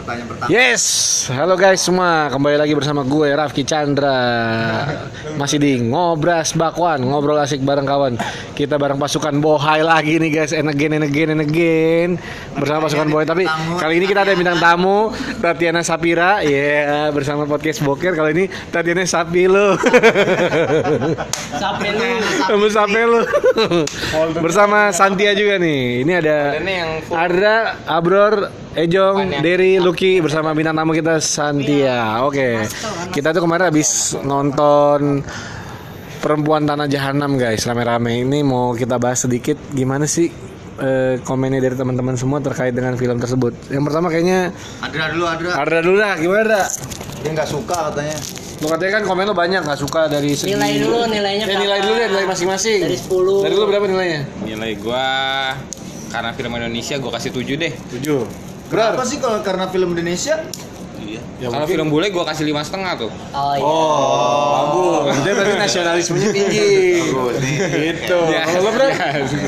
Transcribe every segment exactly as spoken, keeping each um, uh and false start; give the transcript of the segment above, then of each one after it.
pertanyaan pertama. Yes, halo guys semua, kembali lagi bersama gue Rafki Chandra. Masih di Ngobras Bakwan, ngobrol asik bareng kawan. Kita bareng pasukan Bohai lagi nih guys, and again and again and again bersama pasukan Bohai. Tapi kali ini kita ada bintang tamu, Tatiana Sapira, ya yeah, bersama podcast Boker. Kali ini Tatiana Sapilo. Sapelo. Kamu Sapelo. Bersama Santia juga nih. Ini ada Ardra, Abror, Ejong, Derry, Lucky bersama bintang tamu kita Santia. Oke, okay. Kita tuh kemarin habis nonton Perempuan Tanah Jahanam guys, rame-rame. Ini mau kita bahas sedikit gimana sih eh, komennya dari teman-teman semua terkait dengan film tersebut. Yang pertama kayaknya Adra dulu, Adra. Adra dulu lah, gimana Adra? Dia nggak suka katanya. Lu katanya kan komen lu banyak nggak suka dari segi Nilai dulu, nilainya ya, nilai dulu deh, nilai masing-masing. Dari sepuluh. Dari lu berapa nilainya? Nilai gua karena film Indonesia gua kasih tujuh deh. tujuh. Kenapa sih kalau karena film Indonesia? Iya. Ya, kalau mungkin. film bule gua kasih lima setengah tuh. Oh iya. Oh, bagus. Dia berarti nasionalismenya tinggi. Bagus nih. Gitu. Ya, Kalau lo berat?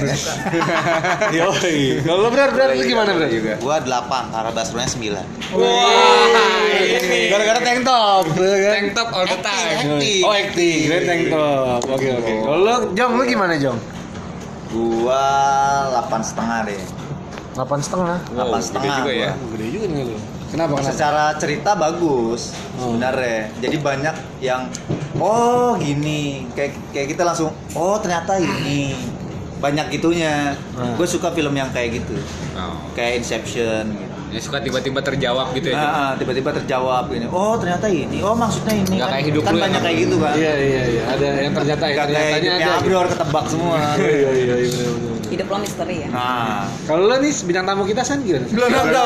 Yoi. Kalau lo berat berat itu gimana berat juga? Gua delapan, karena basronya sembilan. Wah, ini gara-gara tank top. Tank top all the time. Acting. Oh, acting. Keren tank top. Oke, oke. Kalau lo, Jong, lo gimana, Jong? Gua delapan setengah deh. Delapan setengah. Wow, Delapan gede setengah juga gua. ya. Gede juga nih lo. Kenapa? Kenapa? Secara cerita bagus Oh. sebenarnya. Jadi banyak yang oh gini, kayak kayak kita langsung oh ternyata ini. Banyak gitunya. Hmm. Gue suka film yang kayak gitu. Oh. Kayak Inception gitu. Ya suka tiba-tiba terjawab gitu ya. Nah, tiba-tiba terjawab ini. Oh, ternyata ini. Oh, maksudnya ini. Nggak kan, kayak hidup kan lu banyak yang- kayak gitu kan. Iya, iya, iya. Ada yang ternyata ya. Nggak kayak Ternyatanya hidupnya ada. Abror ketebak semua. Iya, iya, iya, iya, benar-benar. Hidup lo misteri ya. Nah, Kalau lo nih bintang tamu kita San gimana? belum nonton.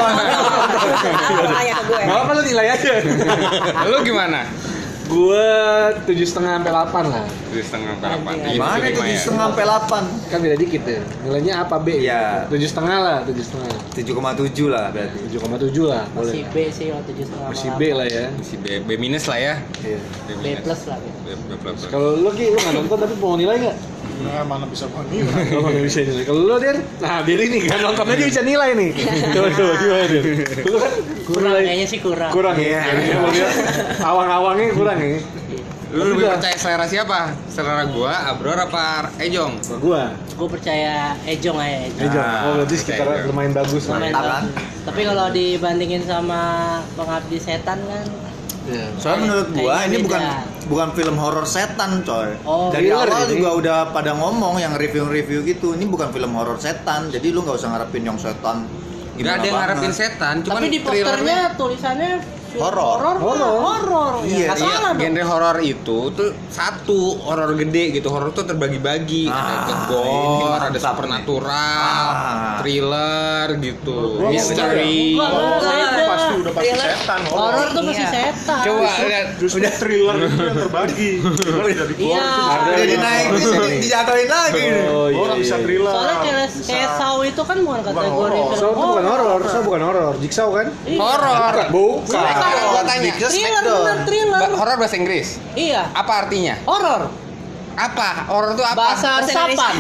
Apa tanya ke gue? Gak apa lo nilai aja. Lu gimana? Gue tujuh setengah sampai delapan lah. Tujuh setengah berapa? Gimana tujuh setengah sampai delapan? Kan beda dikit ya. Nilainya A apa B? Iya. Tujuh setengah lah, tujuh setengah. tujuh koma tujuh lah berarti. Tujuh koma tujuh lah. Masih Boleh. B sih, waktu tujuh setengah. Masih B lah ya. Masih B, B minus lah ya. Iya. B plus lah. B, B plus. Kalau lo Ki, lo nggak nonton tapi mau nilai nggak? Nah, mana bisa mau nilai? Lo nggak bisa nilai. Kalau lo Der, nah Der ini kan nontonnya dia bisa nilai nih. Coba coba gimana Der? Lo kan Kurang, nilai- kayaknya sih kurang. kurang ya. Dia mau lihat awang-awangnya kurang ya. Lu lebih Udah. percaya selera siapa? Selera gua, Abror apa Ejong? Sama gua. Gue percaya Ejong aja Ejong. Eh, Jong. Oh, berarti Oke, sekitar Jong. lumayan bagus lah. Lumayan Mantap, bagus. Tapi kalau dibandingin sama Pengabdi Setan kan, Iya. Soalnya menurut gua Kayaknya ini beda. bukan bukan film horor setan, coy. Oh, Dari thriller awal ini. juga udah pada ngomong yang review-review gitu. Ini bukan film horor setan. Jadi lu nggak usah ngarepin yang setan. Gak ada yang ngarepin setan, cuman tapi di posternya tulisannya Horor. horor, Horor. horor. Iya, Nggak iya. salah dong. genre horor itu tuh satu horor gede gitu. Horor tuh terbagi-bagi, ada Ah, gore, ini ada mantap supernatural, Ah. thriller gitu, Oh, mystery. Enggak, enggak, beda. Pasti udah pasti Thriller. setan. Horor tuh pasti Iya. setan. Coba lihat. Justru thriller itu yang terbagi. Thriller jadi gore. Iya. Jadi naik terus di- dijatuhin lagi. Oh iya. Orang bisa iya. thriller. Soalnya kayak bisa- kayak Saw itu kan bukan kategori horor. film So itu bukan horor, so bukan horor. Jigsaw kan? Iya. Horor. Bukan. Sekarang gua tanya. Just Thriller, Smackdown. bener thriller. Ba- horor bahasa Inggris. Iya. Apa artinya? Horor. Apa? Horor itu apa? Bahasa Bahasa resapan.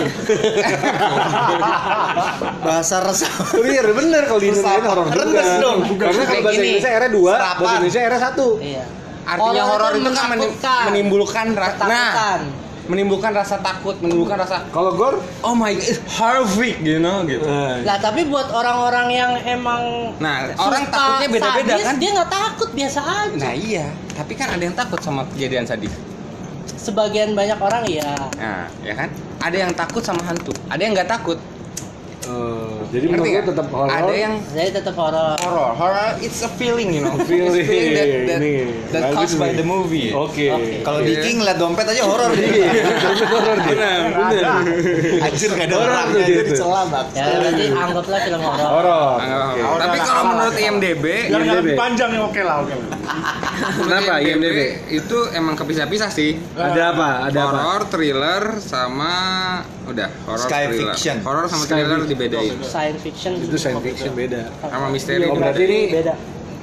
Bahasa resah. Clear, bener kalau di Indonesia horor juga. Rendes dong. Karena kalau Kayak bahasa gini. Inggrisnya R dua, Serapan. bahasa Indonesia R satu. Iya. Artinya horor itu kan meni- menakutkan. menimbulkan rasa. Nah, Ketakutan. menimbulkan rasa takut, menimbulkan rasa Kalau gore, oh my god, it's horrific, you know gitu. Lah tapi buat orang-orang yang emang Nah, suka orang takutnya beda-beda sadis, kan? dia nggak takut, biasa aja. Nah iya, tapi kan ada yang takut sama kejadian sadis. Sebagian banyak orang iya. Nah, ya kan? Ada yang takut sama hantu, ada yang nggak takut. Eh, jadi Ngerti menurut nggak? gue tetap horor. Ada yang Jadi tetap horor. horror, horror it's a feeling, you know. Feeling. It's a feeling that that, Nih, that bagus caused by nih. the movie. Oke. Oke. Kalau Iya. Diki ngeliat dompet aja horor dia. Horor dia. Benar, benar. Anjir enggak ada Horor orangnya tuh jadi gitu. celah banget. Ya berarti anggaplah film horor. Horor. Ah, Oke. Tapi Udah, kalau salah, menurut salah. I M D B, Biar I M D B. nggak lebih panjang ya oke lah, oke lah. Kenapa I M D B? itu emang kepisah-pisah sih. Ada apa? Ada apa? Horor, thriller, sama udah horor, Sky thriller. fiction. Horor sama Sky thriller fiction. dibedain. Science fiction Itu science fiction beda. Sama misteri Oh, juga. berarti ini beda.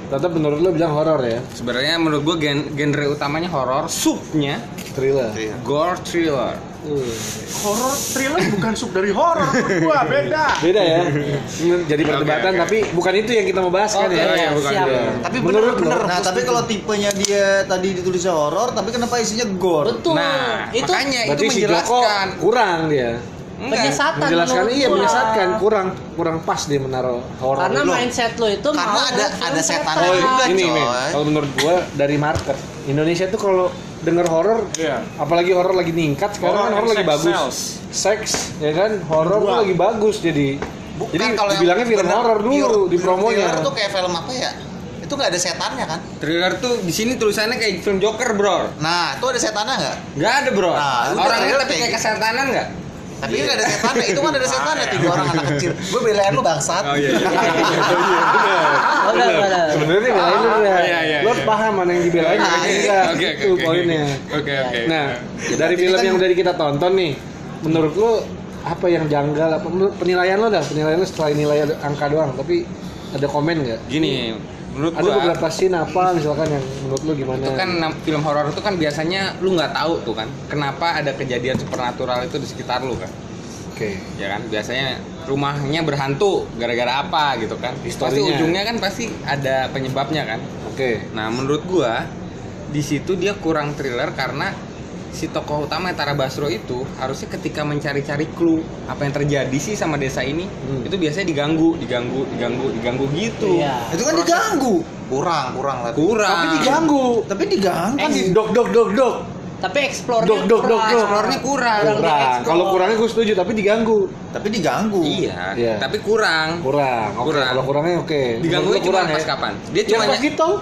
Tetap menurut lo bilang horor ya? Sebenarnya menurut gua gen- genre utamanya horor, subnya Thriller. gore thriller. Uh. Horor thriller bukan sub dari horor menurut gua, beda. Beda ya. Ini jadi perdebatan oke. tapi bukan itu yang kita mau bahas kan Oke, ya. ya, bukan siap. itu. Tapi Menurut bener-bener. lo? Nah, tapi kalau tipenya dia tadi ditulisnya horor, tapi kenapa isinya gore? Betul. Nah, itu makanya itu Berarti si Joko menjelaskan. kurang dia. Enggak. penyesatan. Menjelaskan menurut iya gua. menyesatkan kurang kurang pas dia menaruh horor. Karena Loh. mindset lo itu Karena mau ada- film ada setan Oh, juga, ini coy. nih. Kalau menurut gua dari market Indonesia tuh kalau denger horor, Iya. apalagi horor lagi ningkat sekarang Horror kan horor and lagi sex bagus. sells. Seks, ya kan? Horor tuh Dua. lagi bagus jadi. Bukan jadi kalau yang dibilangnya film bener horor dulu pure- di pure promonya. thriller tuh kayak film apa ya? Itu nggak ada setannya kan? Thriller tuh di sini tulisannya kayak film Joker, bro. Nah, itu ada setannya nggak? Nggak ada, bro. Nah, udah Orangnya thriller tapi kayak kayak gitu. kesetanan nggak? Tapi nggak ada setannya. Itu kan ada setannya tiga orang anak kecil. Gue belain lu bangsat. Oh iya. Oh, benar, benar. Sebenarnya belain lu ya. Iya, iya, Lo iya. paham mana yang dibelain Nah, mana yang iya. enggak. Oke, oke, Itu oke. poinnya. Oke, oke. Nah, dari Ini film kan- yang udah kita tonton nih, menurut lo apa yang janggal? Apa menurut penilaian lo dah? Penilaian lo setelah nilai angka doang, tapi ada komen nggak? Gini, menurut Ada gua beberapa scene apa misalkan yang menurut lo gimana? itu kan nam- film horor itu kan biasanya lu nggak tahu tuh kan kenapa ada kejadian supernatural itu di sekitar lu kan. Oke. Ya kan biasanya rumahnya berhantu gara-gara apa gitu kan. Pasti Historinya. ujungnya kan pasti ada penyebabnya kan. Oke. Nah, menurut gua di situ dia kurang thriller karena si tokoh utama Tara Basro itu harusnya ketika mencari-cari clue apa yang terjadi sih sama desa ini, Hmm. itu biasanya diganggu, diganggu, diganggu, diganggu gitu. Iya. Itu kan diganggu. Kurang, kurang lah. Kurang. Tapi diganggu. Tapi diganggu. Kan di dok dok dok dok. Tapi explore-nya Dok, dok, dok, kurang. dok. Explore-nya kurang. Kurang Kurang. di-explore. Kalau kurangnya gue setuju, tapi diganggu. Tapi diganggu. Iya, Iya. tapi kurang. Kurang. Oke. Kurang. Kalau kurangnya oke. Diganggunya Menurut lo cuma kurang pas ya? kapan? Dia Ya cuma pas di tol.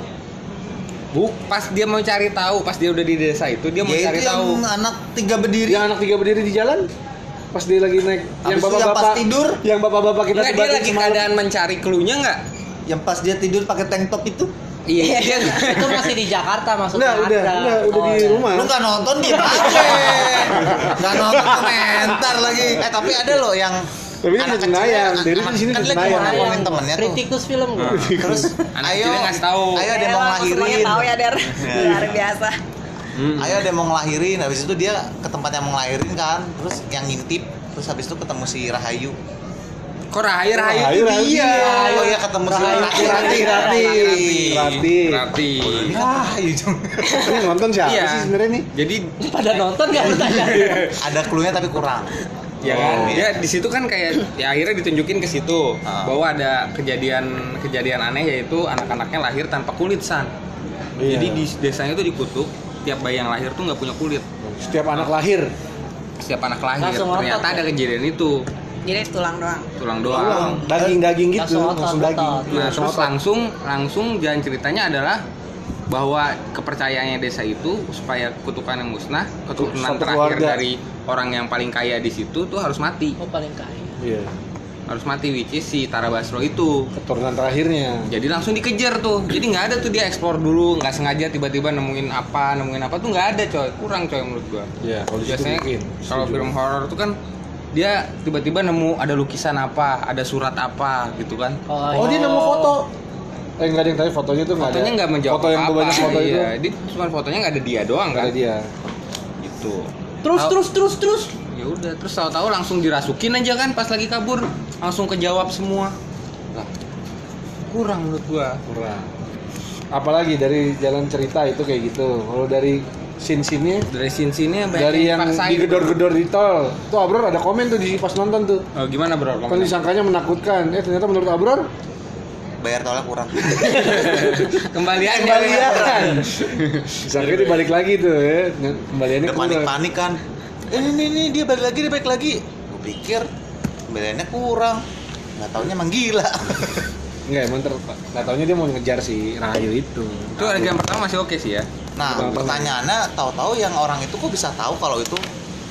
Buk, pas dia mau cari tahu, pas dia udah di desa itu dia mau Ya cari itu yang tahu. anak tiga berdiri. Yang anak tiga berdiri di jalan. Pas dia lagi naik. Habis Yang itu bapak-bapak. yang pas tidur. Yang bapak-bapak kita Enggak, dia debatin lagi semalam. keadaan mencari clue-nya enggak? Yang pas dia tidur pakai tank top itu. Iya, dia Itu masih di Jakarta maksudnya. Enggak, udah, ada. udah, udah Oh, di ya. rumah. Lu nggak nonton dia aja. Nggak nonton komentar lagi. Eh tapi ada loh yang Tapi ini anak di Senayan. kecil, Dari anak- di sini kan di dia Senayan. cuma Ayang. ngomongin temennya tuh. Kritikus film gua. Terus Anak ayo kecilnya ngasih tahu. Ayo ada Eh, mau lah, ngelahirin. semuanya tahu ya, Der. Luar biasa. Ayo ada mau ngelahirin. Habis itu dia ke tempat yang mau ngelahirin kan. Terus yang ngintip. Terus habis itu ketemu si Rahayu. Kok Rahayu Rahayu Rahayu, itu Rahayu dia. Oh iya ketemu si Rahayu, Rati. Rati, Rati. Rati. Rati. Ini kan Rahayu dong. Ini nonton siapa Iya. sih sebenarnya nih? Jadi Pada nonton nggak bertanya. Ada clue-nya tapi kurang. ya kan, Oh, dia di situ kan kayak ya akhirnya ditunjukin ke situ Ah. bahwa ada kejadian kejadian aneh yaitu anak-anaknya lahir tanpa kulit san. Iya. Jadi di desanya itu dikutuk tiap bayi yang lahir tuh nggak punya kulit. Setiap anak lahir. Setiap anak lahir Langsung ternyata otot, ada ya? kejadian itu Jadi tulang doang. tulang doang. Daging-daging gitu, Langsung otot, langsung daging. otot. Nah, Langsung terus otot. langsung langsung jalan ceritanya adalah bahwa kepercayaannya desa itu supaya kutukan yang musnah, keturunan Satu terakhir keluarga. dari orang yang paling kaya di situ tuh harus mati. Oh paling kaya. Iya. Harus mati which is si Tara Basro itu. Keturunan terakhirnya. Jadi langsung dikejar tuh. Jadi nggak ada tuh dia explore dulu, nggak sengaja tiba-tiba nemuin apa, nemuin apa tuh nggak ada coy. Kurang coy menurut gua. Iya, kalau di situ Biasanya mungkin. kalau Setuju. film horor tuh kan dia tiba-tiba nemu ada lukisan apa, ada surat apa gitu kan. Oh, Oh, dia nemu foto. Eh enggak ada yang tadi fotonya tuh enggak ada. Fotonya nggak menjawab Foto yang apa. banyak foto itu. Iya, dia cuma fotonya nggak ada dia doang Enggak kan. ada dia. Gitu. Terus Tahu- terus terus terus. Ya udah, terus tahu-tahu langsung dirasukin aja kan pas lagi kabur, langsung kejawab semua. Lah, kurang menurut gua. Kurang. Apalagi dari jalan cerita itu kayak gitu. Kalau dari scene-scene-nya Dari scene-scene banyak dari yang dipaksain. digedor-gedor di tol. Tuh Abror ada komen tuh di pas nonton tuh. Oh, gimana bro? Kan disangkanya menakutkan. Eh ternyata menurut Abror Bayar tolnya kurang. Kembalian kembalian. Disangkanya dibalik lagi tuh ya. Kembaliannya Udah kurang. panik-panik kan. Eh, ini nih dia balik lagi, dia balik lagi. Gue pikir kembaliannya kurang. Nggak taunya emang gila. Enggak, emang ter nggak taunya dia mau ngejar si Rahayu itu. Itu adegan pertama masih oke sih ya. Nah, Bang, pertanyaannya tahu-tahu yang orang itu kok bisa tahu kalau itu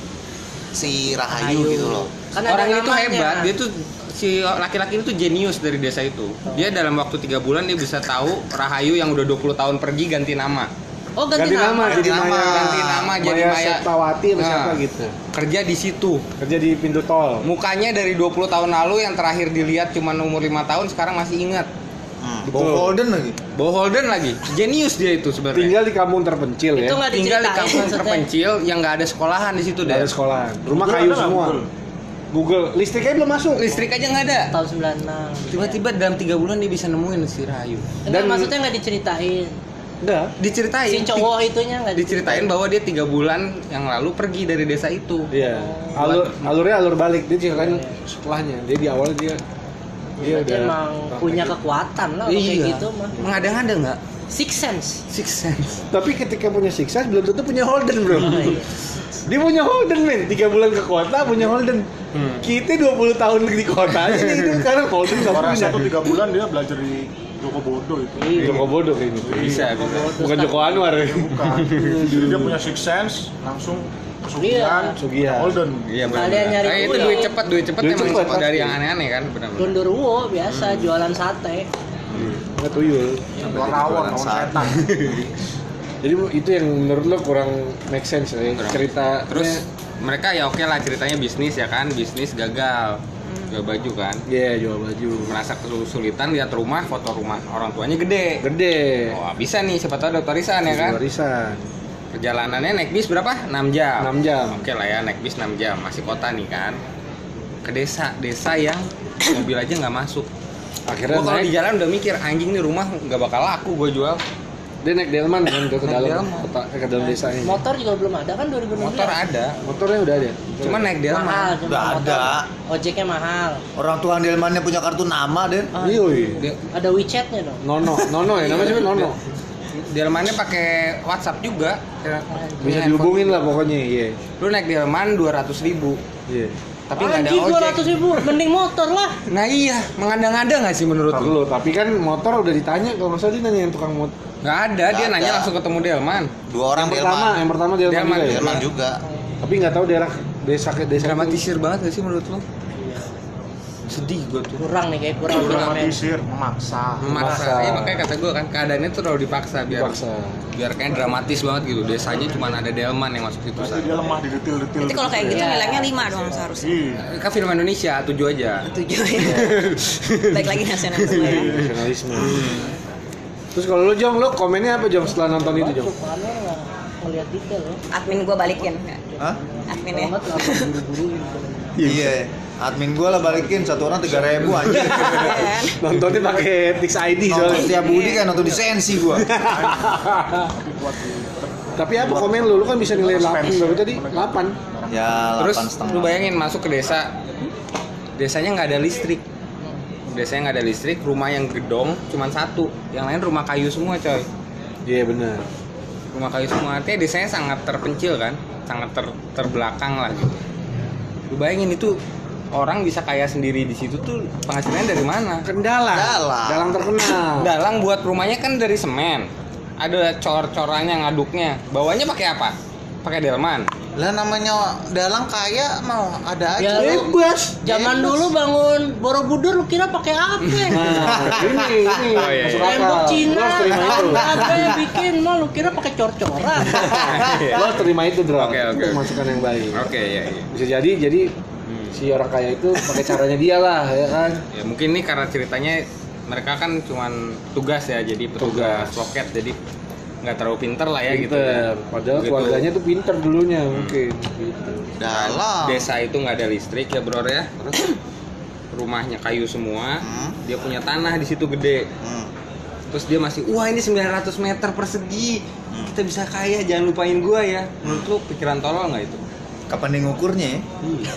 si Rahayu, Rahayu. gitu loh. Kan ada Orang itu namanya. hebat, dia tuh si laki-laki itu jenius dari desa itu. Dia dalam waktu tiga bulan dia bisa tahu Rahayu yang udah dua puluh tahun pergi ganti nama. Oh ganti, Ganti nama, nama. jadi Ganti Maya. nama. Ganti nama jadi Maya Maya. Septawati atau Nah. siapa gitu. Kerja di situ. Kerja di pintu tol. Mukanya dari dua puluh tahun lalu yang terakhir dilihat cuma umur lima tahun sekarang masih ingat. Hmm. Betul. Bawa Holden lagi. Bawa Holden lagi. Jenius dia itu sebenarnya. Tinggal di kampung terpencil ya. Itu nggak Tinggal di diceritain kampung maksudnya. terpencil yang nggak ada sekolahan di situ Nggak deh. ada sekolahan. Rumah Google kayu ada nggak, semua. Google? Google listriknya belum masuk. Listrik aja nggak ada. Tahun sembilan puluh enam. Tiba-tiba dalam tiga bulan dia bisa nemuin si Rahayu. Enggak, Dan- maksudnya nggak diceritain. Enggak. Diceritain. Si cowok itunya nggak Diceritain bahwa dia tiga bulan yang lalu pergi dari desa itu. Iya. Alur alurnya alur balik. Dia ceritain setelahnya. Dia di awal dia dia Dia udah emang punya kekuatan lah kalau kayak gitu mah. Mengada-ngada nggak? Six sense. Six sense. Tapi ketika punya sukses belum tentu punya Holden, Bro. iya. Dia punya Holden, men. tiga bulan ke kota punya Holden. Hmm. Kita dua puluh tahun di kota aja nih, itu karena Holden enggak Orang punya. satu tiga bulan dia belajar di Joko Bodo itu. Joko Bodo kayaknya. Bisa, bisa. Bukan Joko Anwar ya. Bukan. Jadi dia punya six sense, langsung kesugihan, Pesugihan. Holden. Iya benar. Kalian nyari Nah, itu duit. duit cepat, duit cepat Duit emang cepet, cepat dari pasti. yang aneh-aneh kan, benar-benar. Gondorwo biasa jualan sate. Enggak tuyul. Dua rawon, rawon saat. setan. Jadi itu yang menurut lo kurang make sense ya. Kurang. Cerita Terus mereka ya oke lah ceritanya bisnis ya kan, bisnis gagal. Jual baju kan. Iya, jual baju. Merasa kesulitan lihat rumah, foto rumah orang tuanya gede. Gede. Wah, bisa nih siapa tahu dapat warisan ya kan. Warisan. Perjalanannya naik bis berapa? enam jam. enam jam. Oke lah ya, naik bis enam jam, masih kota nih kan. Ke desa, desa yang mobil aja nggak masuk. Akhirnya Gua kalau di naik, jalan udah mikir anjing nih rumah nggak bakal laku gue jual. dia naik delman kan ke, ke Naik dalam delman. kota, ke dalam desanya. Motor juga belum ada kan dua ribu enam belas. Motor ada, Motornya udah ada. cuma naik delman. mahal cuma Udah motor. ada. Ojeknya mahal. Orang tua Delmannya punya kartu nama, Den. Iya, iya. Dia- Ada WeChat-nya dong. Nono, Nono ya namanya siapa? Nono. Delmannya pakai WhatsApp juga. Bisa dihubungin lah pokoknya, iya. Lu naik delman dua ratus ribu, Iya. tapi nggak ada Anjing dua ojek. ratus ribu, mending motor lah. Nah iya, mengada-ngada nggak sih menurut Ntar lu? dulu, tapi kan motor udah ditanya kalau nggak salah dia nanya yang tukang motor. Nggak ada, dia Nggak nanya ada. langsung ketemu delman. Dua orang Yang pertama, Delman. yang pertama dia Delman, juga ya. Delman juga. Tapi nggak tahu daerah desa ke desa itu. Dramatisir banget gak sih menurut lu? Sedih gue tuh. Kurang nih kayak kurang kurang men. Dramatisir, memaksa. Memaksa. Iya makanya kata gue kan keadaannya tuh terlalu dipaksa biar Dipaksa. biar kayak dramatis banget gitu. Desanya cuma ada delman yang masuk situ. Pasti dia lemah di detail-detail. Jadi kalau kayak gitu Iya. nilainya lima dong seharusnya. Iya. Kan film Indonesia tujuh aja. Tujuh ya. Baik lagi nasionalisme ya. Nasionalisme. Terus kalau lu Jong, lu komennya apa Jong setelah nonton itu Jong? Soalnya nggak ngeliat detail loh. Admin gue balikin. Hah? Admin Kalau ya. nggak terlalu buru-buruin. Iya. Admin gua lah balikin satu orang tiga ribu anjir. Nontonnya pakai Tix I D Nonton soalnya. setiap Budi kan nonton di sensi gua. Tapi apa komen lu? Lu kan bisa nilai delapan berapa tadi? delapan. Ya Terus delapan setengah. lu bayangin masuk ke desa, desanya nggak ada listrik. Desanya nggak ada listrik, rumah yang gedong cuma satu, yang lain rumah kayu semua coy. Iya benar. Rumah kayu semua, artinya desanya sangat terpencil kan, sangat ter, terbelakang lah gitu. Lu bayangin itu orang bisa kaya sendiri di situ tuh penghasilannya dari mana? Kendala. Dalang. Dalang terkenal. Dalang buat rumahnya kan dari semen, ada cor-corannya ngaduknya, bawahnya pakai apa? Pakai delman. Lah namanya dalang kaya mau ada Ya, aja. lu- Bebas. Zaman dulu bangun Borobudur lu kira pakai apa? Nah, ini ini Oh, iya, masuk iya. Tembok akal. Cina, Lo harus terima itu. apa yang bikin mah lu kira pakai cor-coran. Lo harus terima itu, Bro. Oke, oke, Itu oke. masukan yang baik. Oke ya, ya. Bisa jadi jadi si orang kaya itu pakai caranya dia lah, ya kan? Ya mungkin nih karena ceritanya mereka kan cuman tugas ya, jadi petugas Tugas. loket, jadi nggak terlalu pinter lah ya gitu. Pinter. Ya. Padahal Begitu. keluarganya tuh pinter dulunya mungkin gitu. Dalang. Desa itu nggak ada listrik ya bro ya, terus rumahnya kayu semua, Hmm. dia punya tanah di situ gede, Hmm. terus dia masih wah ini sembilan ratus meter persegi, kita bisa kaya, jangan lupain gua ya. Menurut lu pikiran tolol nggak itu? Kapan dia ngukurnya ya?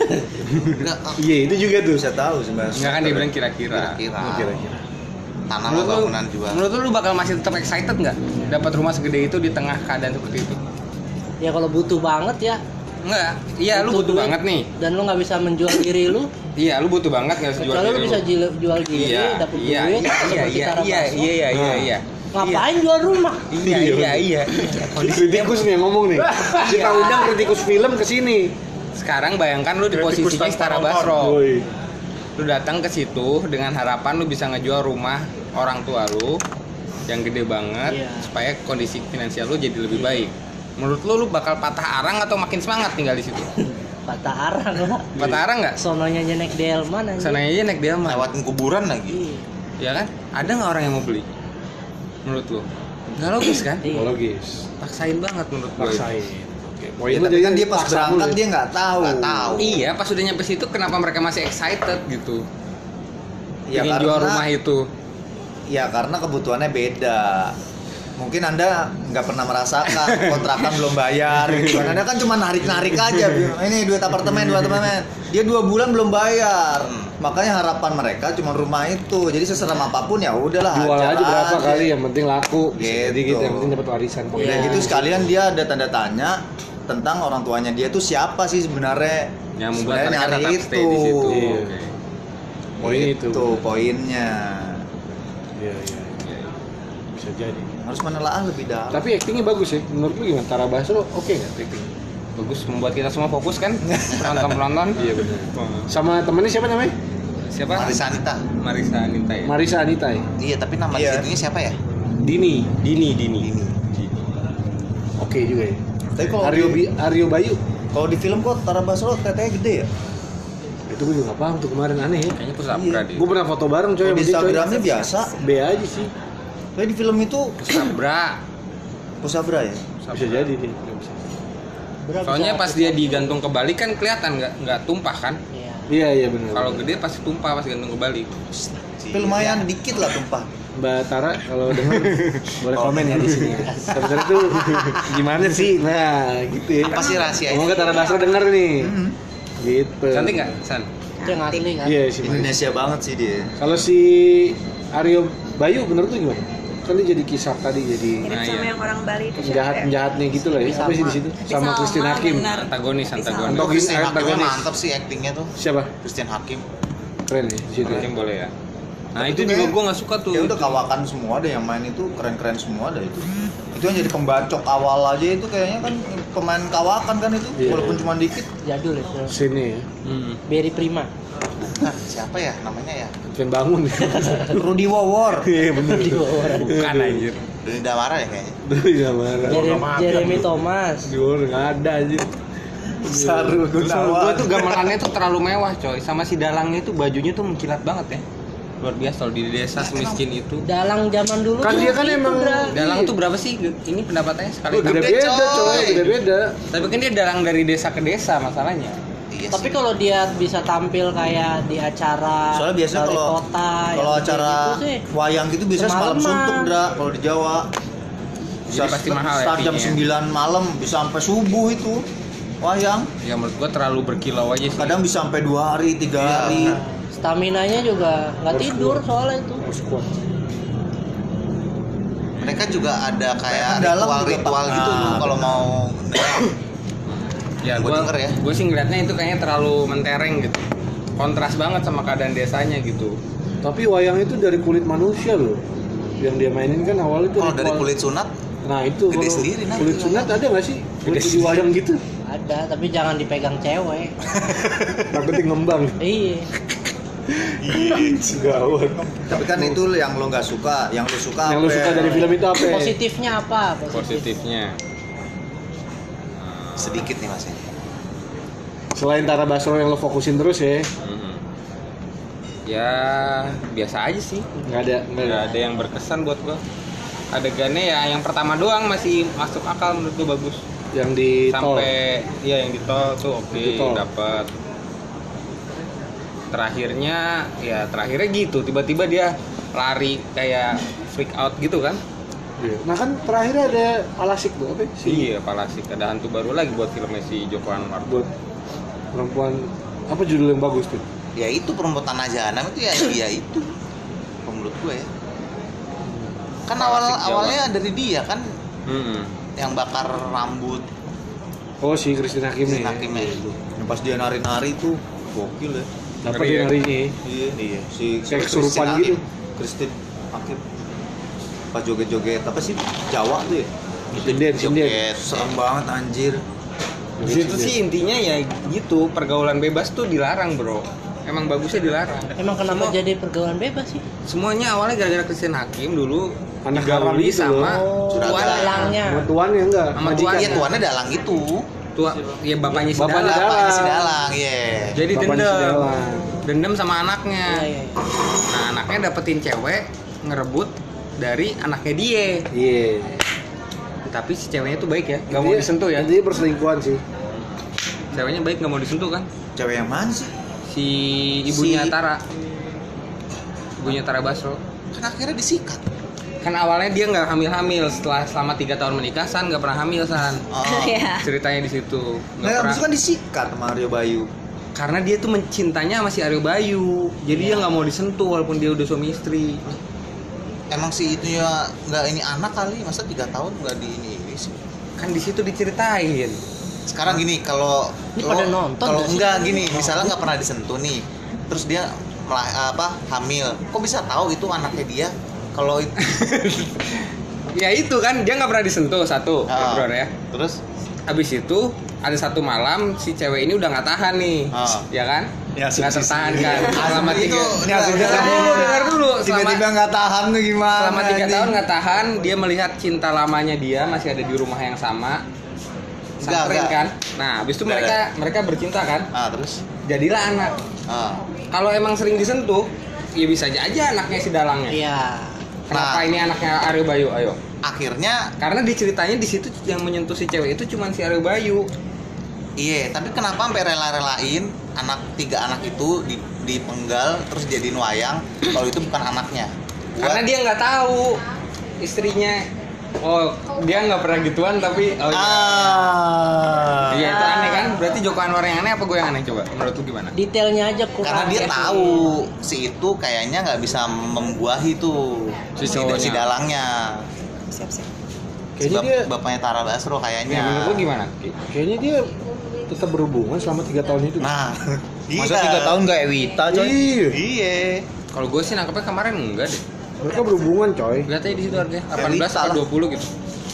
Enggak, Iya, itu juga tuh. bisa tahu sebenarnya. Nggak kan dia bilang kira-kira. Kira-kira. Kira-kira. Tanah Menurut lu, bangunan juga. menurut lu, lu bakal masih tetap excited nggak dapat rumah segede itu di tengah keadaan seperti itu? Ya kalau butuh banget ya. Enggak, iya lu butuh duit, banget nih. Dan lu nggak bisa menjual diri lu. Iya, lu butuh banget nggak sejual Kecuali lu diri bisa lu. jil- jual diri, Iya, dapat iya, duit. iya, seperti iya, iya, Tara iya, Basro. iya, iya, Nah. iya. Ngapain jual rumah? Iya, iya, iya. Kritikus nih yang ngomong nih. Kita undang kritikus film ke sini. Sekarang bayangkan lu di Kritikus posisinya tanpa Tara motor. Basro. Woi. Lu datang ke situ dengan harapan lu bisa ngejual rumah orang tua lu yang gede banget Iya. supaya kondisi finansial lu jadi lebih baik. Menurut lu lu bakal patah arang atau makin semangat tinggal di situ? Patah arang lah. Patah arang nggak? Sononya aja naik delman aja. Sana aja naik delman. Lewatin kuburan lagi. Iya. Ya kan? Ada nggak orang yang mau beli? Menurut lo? Nggak logis kan? Oh, logis. Paksain banget menurut gue. Paksain. Oke. Poin Ya, lu tapi jadi kan dia pas paksa berangkat mulu. dia nggak tahu. Nggak tahu. Iya, pas udah nyampe situ kenapa mereka masih excited gitu? Ya Pengen jual rumah karena itu. ya karena kebutuhannya beda. Mungkin Anda nggak pernah merasakan kontrakan belum bayar gitu kan. Anda kan cuma narik-narik aja. Ini duit apartemen, duit apartemen. Dia dua bulan belum bayar. Makanya harapan mereka cuma rumah itu. Jadi seserem apapun ya udahlah. Jual hajar aja berapa aja. kali yang penting laku. Bisa jadi Gitu. gitu, yang penting dapat warisan. Udah Iya. gitu sekalian dia ada tanda tanya tentang orang tuanya dia tuh siapa sih sebenarnya. Yang membuat Sebenarnya mereka nyari tetap stay di situ. Iya. Oke. Poin itu. Itu poinnya. Iya, iya. Bisa jadi. Harus menelaah lebih dalam. Tapi aktingnya bagus ya. Menurut lu gimana? Tara Basro oke nggak akting? Bagus membuat kita semua fokus kan? Penonton-penonton. Iya benar. Sama temennya siapa namanya? Siapa? Marisa Anita. Marisa Anita ya. Marisa Anita ya? Iya, tapi nama Iya. itunya siapa ya? Dini. Dini, Dini. Oke juga ya. Tapi kalau Aryo, di, Bi- Aryo Bayu. kalau di film kok Tara Basro tetenya gede ya? Itu gue juga gak paham tuh kemarin aneh ya. Kayaknya pusapra Iya. dia. Gue pernah foto bareng coy Kalau sama di dia, coy. Instagramnya biasa. B aja sih. Tapi di film itu Pusapra. Pusabra ya? Bisa jadi dia. Bisa. Berapa Soalnya bisa pas dia digantung kebalik kan kelihatan nggak nggak tumpah kan? Iya. Iya iya benar. Kalau gede pasti tumpah pas gantung kebalik. Tapi lumayan dikit lah tumpah. Mbak Tara kalau dengar boleh komen ya di sini. Sebenarnya tuh gimana sih? Nah, gitu ya. Apa sih rahasianya? Semoga Tara Basro denger nih. Hmm. Gitu. Cantik nggak, San? Itu yang asli kan? Iya sih. Mas. Indonesia banget sih dia. Kalau si Aryo Bayu bener tuh gimana? Kan dia jadi kisah tadi jadi Mirip Nah, sama iya. yang orang Bali itu siapa penjahat ya? penjahatnya gitu lah ya. Apa sih di situ? Sama Christine Hakim. benar. Antagonis, Tapi antagonis. sama. Antagonis. Christian Hakim antagonis. mantap sih aktingnya tuh. Siapa? Christian Hakim. Keren ya di situ. Mungkin boleh ya. Nah Tapi itu itu juga kayak- gue nggak suka tuh. Ya udah kawakan semua deh yang main itu keren-keren semua deh itu. Itu yang jadi pembacok awal aja itu kayaknya kan pemain kawakan kan itu Iya. walaupun cuma dikit. Jadul itu. Sini ya. Hmm. Berry Prima. Nah, siapa ya namanya ya? Kan bangun. Rudy Wawor. Iya bener. Bukan anjir. Doni Damara ya kayaknya. Duh, iya marah. Jeremy, Jeremy Thomas. Di luar nggak ada aja. Sarul Terus menurut gue tuh gamelannya tuh terlalu mewah coy. Sama si dalangnya tuh bajunya tuh mengkilat banget ya. Luar biasa kalau di desa semiskin itu. Dalang zaman dulu Kan tuh dia kan gitu, emang- Bra. Dalang tuh berapa sih? Ini pendapatannya sekali. Oh, beda beda coy, beda beda. Tapi kan dia dalang dari desa ke desa masalahnya. Iya Tapi sih. kalau dia bisa tampil kayak di acara Soalnya biasanya wali kalau kota, kalau yang acara kayak gitu sih, wayang gitu biasanya semalam semalaman. suntuk Dra kalau di Jawa. Jadi pasti mahal ya Start jam fee-nya. sembilan malam bisa sampai subuh itu wayang. Ya menurut gua terlalu berkilau aja sih. Kadang bisa sampai dua hari, tiga hari. Stamina-nya juga nggak tidur soalnya itu. Mereka juga ada kayak Mereka dalam juga, ritual-ritual Pak. gitu Nah, tuh kalau mau Ya Gua gua denger ya. Gue sih ngeliatnya itu kayaknya terlalu mentereng gitu. Kontras banget sama keadaan desanya gitu. Tapi wayang itu dari kulit manusia loh. Yang dia mainin kan awalnya itu kalau dari ritual. kulit sunat Nah itu gede kalau sendiri nanti kulit lah. sunat ada nggak sih? Kulit Gede di wayang gitu? Ada, tapi jangan dipegang cewek. Takutnya ngembang. Iya. Gawat. Tapi kan itu yang lo nggak suka, yang lo suka Yang lu apa? suka dari film itu apa? Positifnya apa? Positif. Positifnya. sedikit nih Mas ya. Selain Tara Basro yang lo fokusin terus ya, Mhm. Ya biasa aja sih. nggak ada nggak ada. Nggak ada yang berkesan buat gua. Adegannya ya yang pertama doang masih masuk akal menurut gua bagus. Yang di tol. Sampai ya yang di tol tuh oke Di tol. dapat. Terakhirnya ya terakhirnya gitu tiba-tiba dia lari kayak freak out gitu kan. Iya. Nah kan terakhir ada Palasik tuh apa sih? Iya palasik ada hantu baru lagi buat filmnya si Joko Anwar. Buat perempuan apa judul yang bagus tuh? Ya itu perempuan tanah jahanam itu ya dia itu. Menurut gue ya. Kan awal Klasik Jawa. awalnya dari dia kan Mm-mm. yang bakar rambut Oh si Christine Hakim nih. Christine Hakim ya. Yang pas dia nari-nari tuh gokil ya. Dapat Ngeri dia ya. narinya. Iya, iya. Si Kayak si kesurupan Christine gitu. Hakim. Christine Hakim. Pas joget-joget apa sih? Jawa tuh ya. Sinden, sinden. Joget. Serem banget anjir. Di situ sih intinya ya gitu pergaulan bebas tuh dilarang bro. Emang bagusnya dilarang. Emang kenapa Semua- jadi pergaulan bebas sih? Semuanya awalnya gara-gara Christine Hakim dulu Anak haram digauli gitu sama Oh, Juragan. dalangnya. Sama tuannya enggak? Sama Majikan. Iya tuannya dalang itu. tua ya bapaknya si Bapaknya Dalang. Dalang. Bapaknya si dalang, iya. Jadi Bapaknya si dendam. Dalang. dendam sama anaknya. Iya, iya. Nah, anaknya dapetin cewek ngerebut dari anaknya dia. Iya. Tapi si ceweknya tuh baik ya, nggak mau Intinya- disentuh ya. Intinya perselingkuhan sih. Ceweknya baik, nggak mau disentuh kan? Cewek yang mana sih? Si ibunya Si- Tara, ibunya Tara Basro. Kan akhirnya disikat. Kan awalnya dia nggak hamil-hamil, setelah selama tiga tahun menikah San nggak pernah hamil San. Oh. Iya. Ceritanya di situ. Nggak Nah, pernah. abis itu kan disikat sama Aryo Bayu. Karena dia tuh mencintanya sama si Aryo Bayu, jadi dia nggak mau disentuh walaupun dia udah suami istri. Emang sih itunya nggak ini anak kali, masa tiga tahun nggak di ini ini sih. Kan di situ diceritain. Sekarang gini, kalau Ini lo- pada nonton kalau nggak sih? enggak gini, misalnya nggak pernah disentuh nih, terus dia melah- apa hamil, kok bisa tahu itu anaknya dia? Kalau itu, Ya itu kan dia nggak pernah disentuh satu, Ah. bro ya. terus Habis itu ada satu malam si cewek ini udah nggak tahan nih, Ah. ya kan? Ya, Nggak asumsi tertahan sendiri. kan? Selama Asumsi tiga, itu, Ini asumsi Dengar sendiri. dulu, dengar dulu. Selama- Tiba-tiba nggak tahan tuh gimana? selama tiga anjing? tahun nggak tahan, dia melihat cinta lamanya dia masih ada di rumah yang sama. Enggak, Samperin enggak. kan? Nah, habis itu Enggak, mereka mereka bercinta kan? ah terus, Jadilah anak. ah. Kalau emang sering disentuh, ya bisa aja anaknya si dalangnya. Iya. Kenapa Nah. ini anaknya Aryo Bayu? Ayo. Akhirnya, Karena diceritanya di situ yang menyentuh si cewek itu cuman si Aryo Bayu. iya. Tapi kenapa sampai rela-relain anak tiga anak itu di- dipenggal terus jadiin wayang? Kalau itu bukan anaknya. Buat- Karena dia nggak tahu istrinya. Oh, dia nggak pernah gituan tapi oh iya. Ah. Iya itu aneh kan? Berarti Joko Anwar yang aneh apa gue yang aneh coba? Menurut lu gimana? Detailnya aja kurang. Karena dia ya. tahu si itu kayaknya nggak bisa membuahi tuh Si si, cowoknya. si dalangnya. Siap-siap. Si Kayaknya bap- dia- bapaknya Tara Basro Ya, kayaknya. menurut lu gimana? Kayaknya dia tetap berhubungan selama tiga tahun itu. Nah, Masa tiga tahun gak Ewita coy? Iya. Iya. Kalau gue sih nangkepnya kemarin enggak deh. Mereka berhubungan coy. Lihat aja di situ harganya delapan belas Rita atau lah. dua puluh gitu.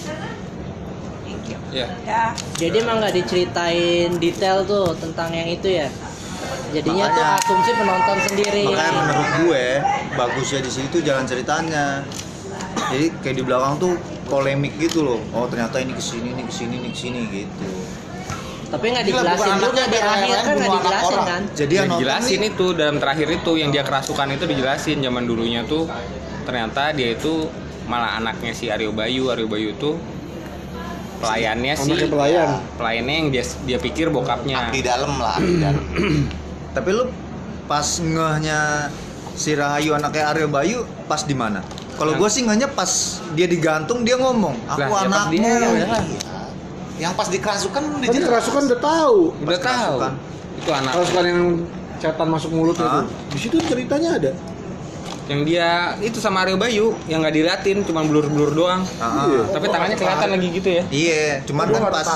Thank you. Iya. Ya. Jadi emang nggak diceritain detail tuh tentang yang itu ya. Jadinya tuh Makanya- asumsi penonton sendiri. Makanya menurut gue bagusnya di situ jalan ceritanya. Jadi kayak di belakang tuh polemik gitu loh. Oh ternyata ini kesini, ini kesini, ini kesini gitu. Tapi nggak Gila, dijelasin bukan juga anaknya, di kayak akhir lain-lain kan nggak bunuh anak dijelasin orang. kan. Jadi Ya, yang nonton dijelasin nih, itu dalam terakhir itu yang dia kerasukan itu dijelasin zaman dulunya tuh ternyata dia itu malah anaknya si Aryo Bayu. Aryo Bayu tuh pelayannya si Anaknya pelayan. pelayannya yang dia dia pikir bokapnya. Abdi dalam lah, abdi dalam. tapi lu pas ngehnya si Rahayu anaknya Aryo Bayu pas di mana? Kalau Yang- gue sih ngehnya pas dia digantung dia ngomong, aku Lah, ya pas anakmu. dia, ya. Iya. Yang pas dikerasukan udah Kan jelas. kerasukan udah tahu. Udah Pas tahu. kerasukan. Itu anak Kerasukan yang setan masuk mulut Ah. itu. Di situ ceritanya ada. yang dia itu sama Aryo Bayu yang nggak diliatin cuma blur-blur doang. Ah, Iya. Tapi tangannya kelihatan lagi gitu ya. Iya, cuman kan pas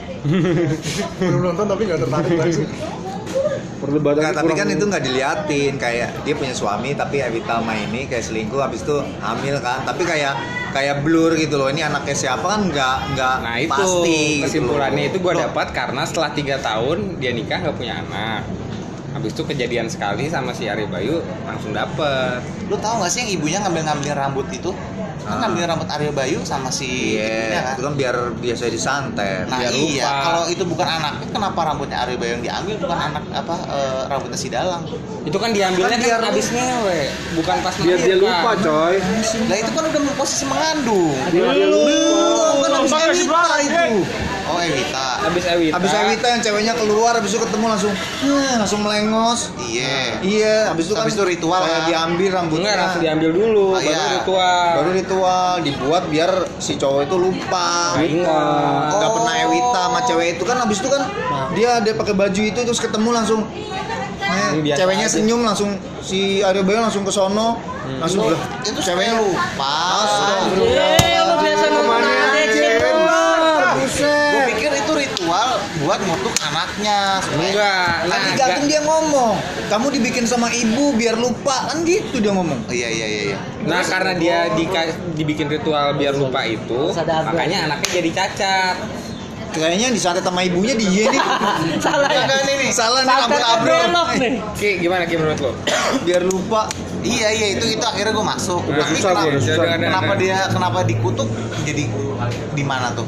Belum nonton tapi nggak tertarik langsung. Perdebatan. Nggak, tapi kan itu nggak diliatin kayak dia punya suami tapi Evita sama ini kayak selingkuh habis itu hamil kan tapi kayak kayak blur gitu loh ini anaknya siapa kan nggak nggak Nah itu pasti gitu kesimpulannya loh. itu gue Loh, dapat karena setelah tiga tahun dia nikah nggak punya anak. Habis itu kejadian sekali sama si Aryo Bayu langsung dapet. Lu tahu nggak sih yang ibunya ngambil-ngambil rambut itu? Kan Ah. ngambil rambut Aryo Bayu sama si ibunya iya kan. itu kan biar biasa disantet Nah biar iya, lupa. kalau itu bukan anaknya, kenapa rambutnya Aryo Bayu yang diambil bukan anak apa eh, rambutnya si Dalang? Itu kan diambilnya Kan kan, biar abis ngewe, bukan pas Biar dia melahirkan. lupa coy. Lah itu kan udah posisi mengandung. Biar dia lupa. kan abis Evita itu Oh Evita. Abis Ewita. abis Evita yang ceweknya keluar habis itu ketemu langsung "Hmm," langsung melengos Iya. iya habis itu kan Habis itu ritual kayak kan? diambil rambutnya Enggak, langsung diambil dulu, Oh, baru iya. ritual. baru ritual dibuat biar si cowok itu lupa Ingat. nggak pernah Ewita sama cewek itu kan habis itu kan dia dia pakai baju itu terus ketemu langsung eh, Ini biasa ceweknya aja. senyum langsung si Aryo Bayu langsung ke sono langsung lah Itu ceweknya supaya lupa. Eh, lu biasa ngomong aja Gue pikir itu ritual buat ngutuk anaknya. Enggak. Nah, Nanti gantung dia ngomong kamu dibikin sama ibu biar lupa kan gitu dia ngomong Oh, iya iya iya iya. Nah, karena dia dika- dibikin ritual biar lupa itu, Terus ada abang. makanya anaknya jadi cacat. kayaknya disantet sama ibunya dia nih salah ya. Enggak, nih nih salah nih Santet abro-abro belok nih. Ki, gimana Ki menurut lo? biar lupa Iya iya itu itu akhirnya gue masuk. Udah Tapi susah, kenapa, udah susah. kenapa dia kenapa dikutuk jadi di mana tuh?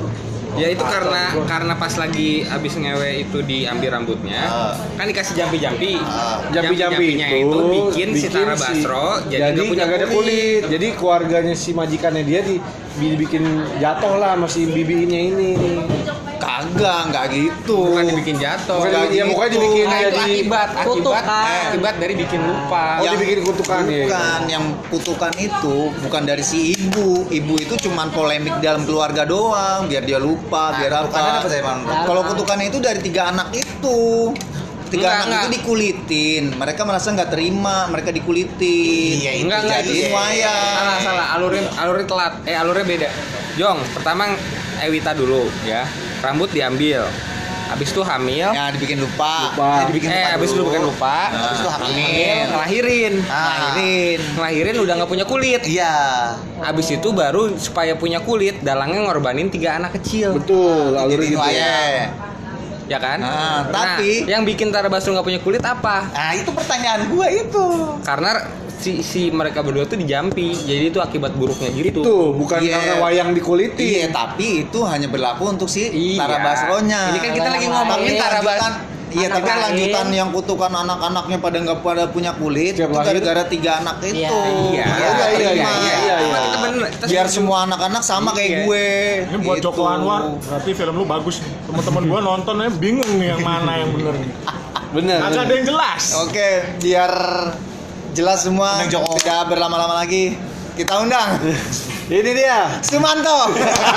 Ya itu karena karena pas lagi abis ngewe itu diambil rambutnya, Ah. kan dikasih jampi-jampi. Ah. Jampi-jampi Jampi-jampinya itu itu bikin, si Tara Basro jadi nggak punya nggak ada kulit. kulit. Jadi keluarganya si majikannya dia di, dibikin jatuh lah masih bibinya ini. Kagak, nggak gitu. Bukan dibikin jatuh. Bukan Nggak ya gitu. pokoknya dibikin Nah, itu jadi akibat akibat Kutukan. eh, akibat dari bikin lupa. oh dibikin kutukan ya. Bukan, yang kutukan itu bukan dari si ibu. Ibu itu cuman polemik dalam keluarga doang, biar dia lupa, biar apa. Kutukannya dapat dari mana? Kalau kutukannya itu dari tiga anak itu. Tiga Enggak, anak enggak. itu dikulitin. Mereka merasa nggak terima, mereka dikulitin. Iya, itu Enggak enggak jadi itu wayang. salah salah alurnya alurnya telat. Eh alurnya beda. Jong, pertama Ewita dulu ya. Rambut diambil. Habis itu hamil. Ya dibikin lupa. Lupa. Ya, dibikin eh, lupa habis dulu. lu bukan lupa. Nah, Habis itu hamil, hamil. ngelahirin. Ah. Ngelahirin. Ngelahirin udah nggak punya kulit. Iya. Habis itu baru supaya punya kulit, dalangnya ngorbanin tiga anak kecil. Betul, alurnya Dijadiin gitu. wayang. Ya kan? Nah, tapi- yang bikin Tara Basro nggak punya kulit apa? Nah, itu pertanyaan gua itu. Karena si si mereka berdua tuh dijampi. Jadi itu akibat buruknya gitu. Itu bukan Iya. karena wayang dikuliti. Iya, tapi itu hanya berlaku untuk si Iya. Tara Basronya. Ini kan kita Kalau lagi yang ngomongin lain, Tara Basro. Lanjutan- Iya, Anak tapi lain. lanjutan yang kutukan anak-anaknya pada nggak pada punya kulit Tiap itu lahir. gara-gara tiga anak itu. Iya. Iya, Iya, iya, terima. iya, iya, iya. Kita bener, kita Biar setuju. semua anak-anak sama kayak Iya. gue. Ini buat Gitu. Joko Anwar, berarti film lu bagus. Teman-teman gua nontonnya bingung nih yang mana yang bener nih. Bener. Agak ada yang jelas. Oke, biar jelas semua, Undang Joko. tidak berlama-lama lagi. Kita undang Ini dia. Sumanto.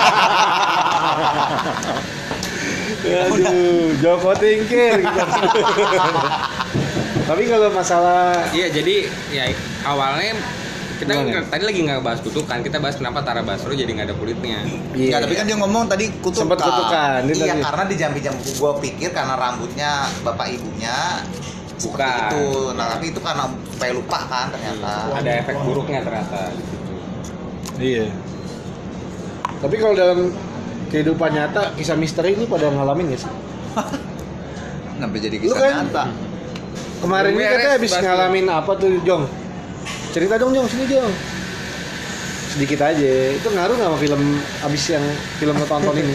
Aduh, Joko Tingkir. Tapi kalau masalah Iya, jadi ya awalnya kita Gimana? nggak- tadi lagi nggak bahas kutukan, kita bahas kenapa Tara Basro jadi nggak ada kulitnya. Ya, tapi kan dia ngomong tadi kutukan. sempat kutukan. Dia Iya, tadi. karena di jampi-jampi gua pikir karena rambutnya bapak ibunya seperti Bukan. itu. Nah, tapi itu karena supaya lupa kan ternyata. Ada efek buruknya ternyata di situ. Iya. Tapi kalau dalam kehidupan nyata kisah misteri ini pada ngalamin gak sih? Sampai jadi Lu kisah kan- nyata. Kemarin ini Beres, katanya habis Bas. ngalamin apa tuh, Jong? Cerita dong, Jong, sini, Jong. Sedikit aja. Itu ngaruh nggak sama film abis yang film lo tonton ini?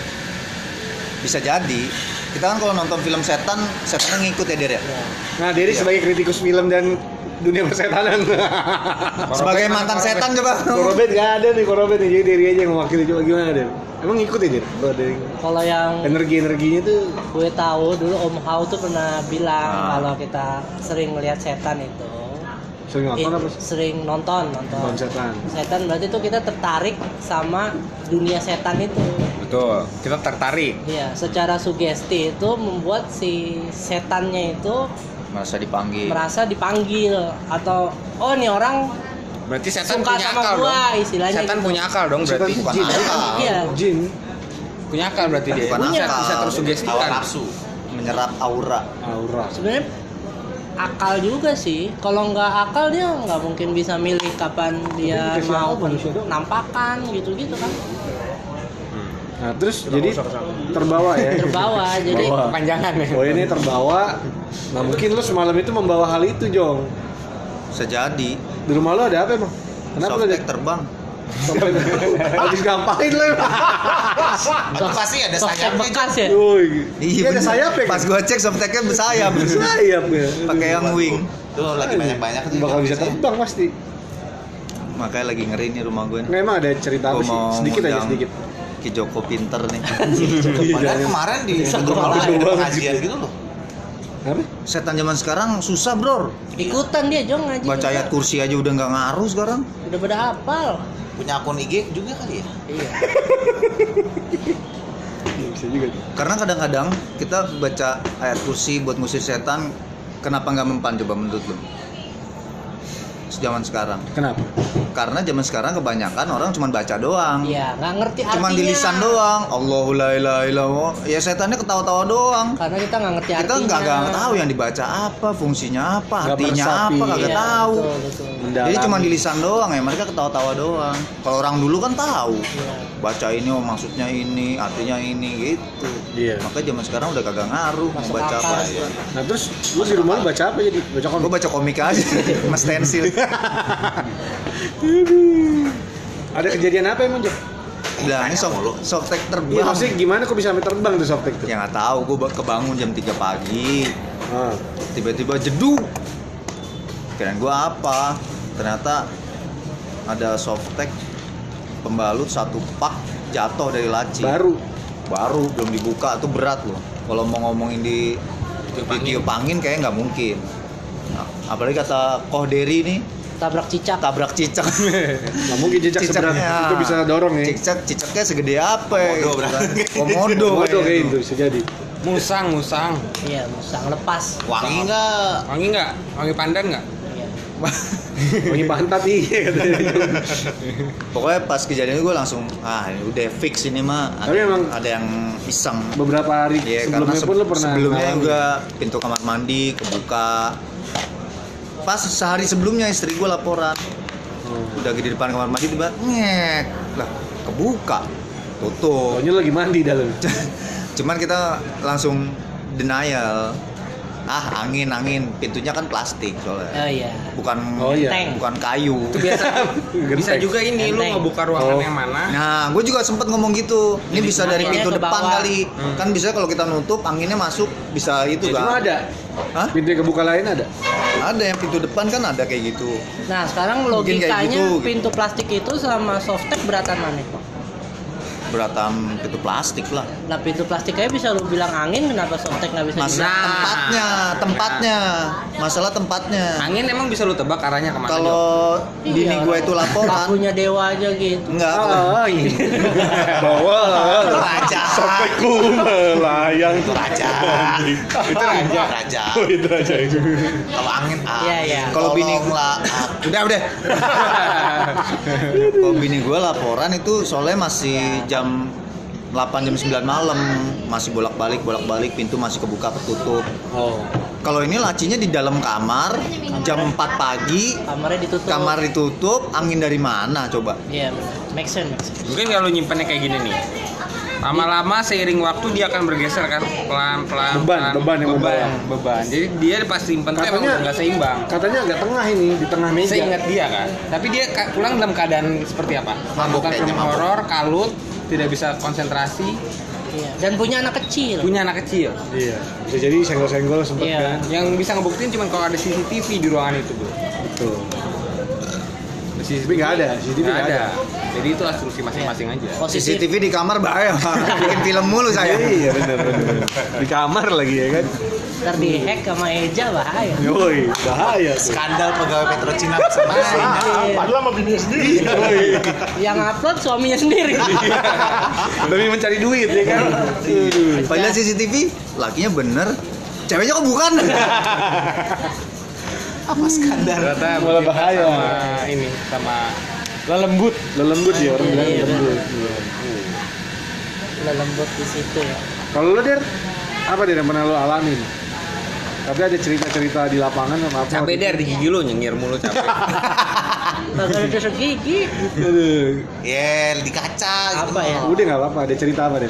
Bisa jadi. Kita kan kalau nonton film setan, setannya ngikut ya, Der ya? Nah, Derry Iya. sebagai kritikus film dan dunia persetanan. Sebagai mantan setan coba. Korobet nggak ada nih, Korobet nih. Jadi Derry aja yang mewakili. Coba gimana, Der? Emang ngikut ya, Der? Kalau Derry Kalau yang energi-energinya tuh gue tahu dulu Om Hao tuh pernah bilang Ah. kalau kita sering melihat setan itu sering nonton eh, apa sih? sering nonton nonton Nonton setan. setan berarti tuh kita tertarik sama dunia setan itu. Betul, kita tertarik. Iya, secara sugesti itu membuat si setannya itu Merasa dipanggil. merasa dipanggil atau oh nih orang Berarti setan Suka punya sama akal gua, dong. istilahnya Setan gitu. punya akal dong Setan berarti. tuh Bukan jin. akal. Iya. Jin. Punya akal berarti dia. Bukan Bisa, akal. bisa Hawa tersugestikan. nafsu. Menyerap aura. Aura. sebenarnya akal juga sih. Kalau nggak akal dia nggak mungkin bisa milih kapan dia Tapi dikasih mau akal manusia doang. nampakan gitu-gitu kan. Nah, terus jadi terbawa ya. Terbawa jadi Bawa. Panjangan ya. Oh ini terbawa. Nah mungkin lu semalam itu membawa hal itu, Jong. Bisa jadi. Di rumah lu ada apa emang? Kenapa lu ada? Softtek terbang. Habis ngapain lu? Itu pasti ada softtek sayapnya. bekas ya. Yoi. Ini ada bener. sayap ya? Pas gua cek softteknya bersayap. Sayap ya. Pakai yang wing. Tuh lagi banyak-banyak tuh. Bakal bisa terbang pasti. Makanya lagi ngeri nih rumah gue. Nggak emang ada cerita apa Gua sih? mau Sedikit aja ngundang sedikit. Ki Joko pinter nih. Padahal kemarin di rumah lu ada pengajian gitu loh. Apa? Setan zaman sekarang susah, Bro. Ikutan dia Jong ngaji. Baca juga. ayat kursi aja udah nggak ngaruh sekarang. Udah pada hafal. Punya akun I G juga kali ya. Iya. Bisa juga. Karena kadang-kadang kita baca ayat kursi buat ngusir setan, kenapa nggak mempan coba menurut lu? Zaman sekarang. Kenapa? Karena zaman sekarang kebanyakan orang cuma baca doang. Iya, nggak ngerti artinya. Cuman di lisan doang. Allahu la ilaha illallah. Ya setannya ketawa-tawa doang. Karena kita nggak ngerti Kita artinya. nggak nggak tahu yang dibaca apa, fungsinya apa, Nggak artinya meresapi. apa, kagak Iya, tahu. Betul, betul. Mendalam. Jadi cuma di lisan doang ya, mereka ketawa-tawa doang. Kalau orang dulu kan tahu. Iya. Baca ini oh maksudnya ini, artinya ini gitu. Iya. Makanya zaman sekarang udah kagak ngaruh mau Masuk baca akal. apa ya. Nah terus lu di rumah lu baca apa jadi? Baca Gue komik? baca komik aja, mas stensil. Ada kejadian apa emang, Jok? bilangnya soft, softtek Iya, terbang. maksudnya gimana kok bisa sampai terbang tuh softtek tuh? Ya nggak tahu, gue kebangun jam tiga pagi, Ah. tiba-tiba jeduk. Kirain gue apa? Ternyata ada softtek pembalut satu pak jatuh dari laci. Baru. Baru belum dibuka, tuh berat loh. Kalau mau ngomongin di video pangin kayak nggak mungkin. Nah, apalagi kata Koh Deri nih, Tabrak cicak. tabrak cicak. Nggak mungkin cicak seberat Cicaknya. itu bisa dorong ya. Cicak, cicaknya segede apa? ya? Komodo berarti. Komodo. Waduh kayak kayaknya itu bisa jadi. Musang, musang. Iya, musang lepas. Wangi nggak? Wangi nggak? Wangi pandan nggak? Iya. Wangi pantat iya katanya. Pokoknya pas kejadian itu gue langsung ah ini udah fix ini mah. Ada, Tapi emang ada yang iseng. Beberapa hari Iya, karena sebelumnya se- pun lu pernah sebelumnya ngalamin. juga pintu kamar mandi kebuka. Pas sehari sebelumnya istri gue laporan. Hmm. Udah di depan kamar mandi tiba ngek. Lah, kebuka. Tutup. Pokoknya lu lagi mandi dalam. Cuman kita langsung denial. Ah, angin, angin. Pintunya kan plastik soalnya. Oh iya. Bukan Oh, iya. Tank. bukan kayu. Itu biasa. Bisa juga ini lu Enteng. ngebuka ruangan Oh. yang mana? Nah, gue juga sempet ngomong gitu. Ini bisa dari anginnya pintu ke depan bawah. kali. Hmm. Kan bisa kalau kita nutup, anginnya masuk bisa itu Ya, kan? cuma ada. Hah? Pintu yang kebuka lain ada. Ada yang pintu depan kan ada kayak gitu. Nah, sekarang Mungkin kayak logikanya gitu. pintu plastik itu sama softtek beratan mana? Beratan pintu plastik lah. Nah, pintu plastiknya bisa lu bilang angin, kenapa softtek nggak bisa Mas dibilang? Nah. tempatnya, tempatnya. Masalah tempatnya. Angin emang bisa lu tebak arahnya kemana? Jo? Kalau bini Iya, gue itu laporan, lakunya dewa aja gitu. enggak. Ah, ini. Bawa. Raja. Sampai ku melayang. Itu raja. Itu raja. Raja. Oh, itu aja itu. Kalau angin ah. Iya, iya. Kalau bini Tolonglah. Udah, udah. Kalau bini gue laporan itu soalnya masih jam delapan jam sembilan malam, masih bolak-balik bolak-balik, pintu masih kebuka ketutup. Oh. Kalau ini lacinya di dalam kamar, jam empat pagi, Kamarnya ditutup. kamar ditutup, angin dari mana coba? Iya, benar. Make sense, make sense. Mungkin kalau nyimpennya kayak gini nih. Lama-lama seiring waktu dia akan bergeser kan pelan-pelan. Beban, pelan. beban yang beban, membawa. beban. Jadi dia pas simpen tuh emang Katanya- udah nggak seimbang. Katanya agak tengah ini di tengah meja. Seingat dia kan. Tapi dia ka- pulang dalam keadaan seperti apa? Mabuk Melakukan kayaknya, film mabuk. horor, kalut, tidak bisa konsentrasi, Iya. Dan punya anak kecil. punya anak kecil. Iya. Bisa jadi senggol-senggol sempet Iya. kan. Yang bisa ngebuktiin cuma kalau ada C C T V di ruangan itu, Bro. Betul. C C T V Tapi nggak ada, C C T V nggak nggak ada. ada. Jadi itu asumsi masing-masing aja. C C Posisi T V di kamar bahaya, bikin film mulu saya. Iya benar benar. Di kamar lagi ya kan. ntar di hack sama Eja bahaya. Yoi, bahaya tuh. Skandal pegawai Petrocina sama istrinya. Anjir. Padahal sama bininya sendiri. Yoi. Yang upload suaminya sendiri. Demi mencari duit ya kan. Aduh. Padahal C C T V lakinya bener, ceweknya kok bukan? Apa skandal? Ternyata Malah bersifat bahaya. sama ini sama lelembut. Lelembut ya orang Iya, bilang iya, lembut. Iya. Udah lembut di situ ya. Kalau lo Der, apa Der yang pernah lo alamin? Tapi ada cerita-cerita di lapangan sama apa? Capek der di gigi lu nyengir mulu capek. Kagak ada tusuk gigi. Aduh. Ya, di kaca gitu. Apa ya? Udah nggak apa-apa, ada cerita apa Der?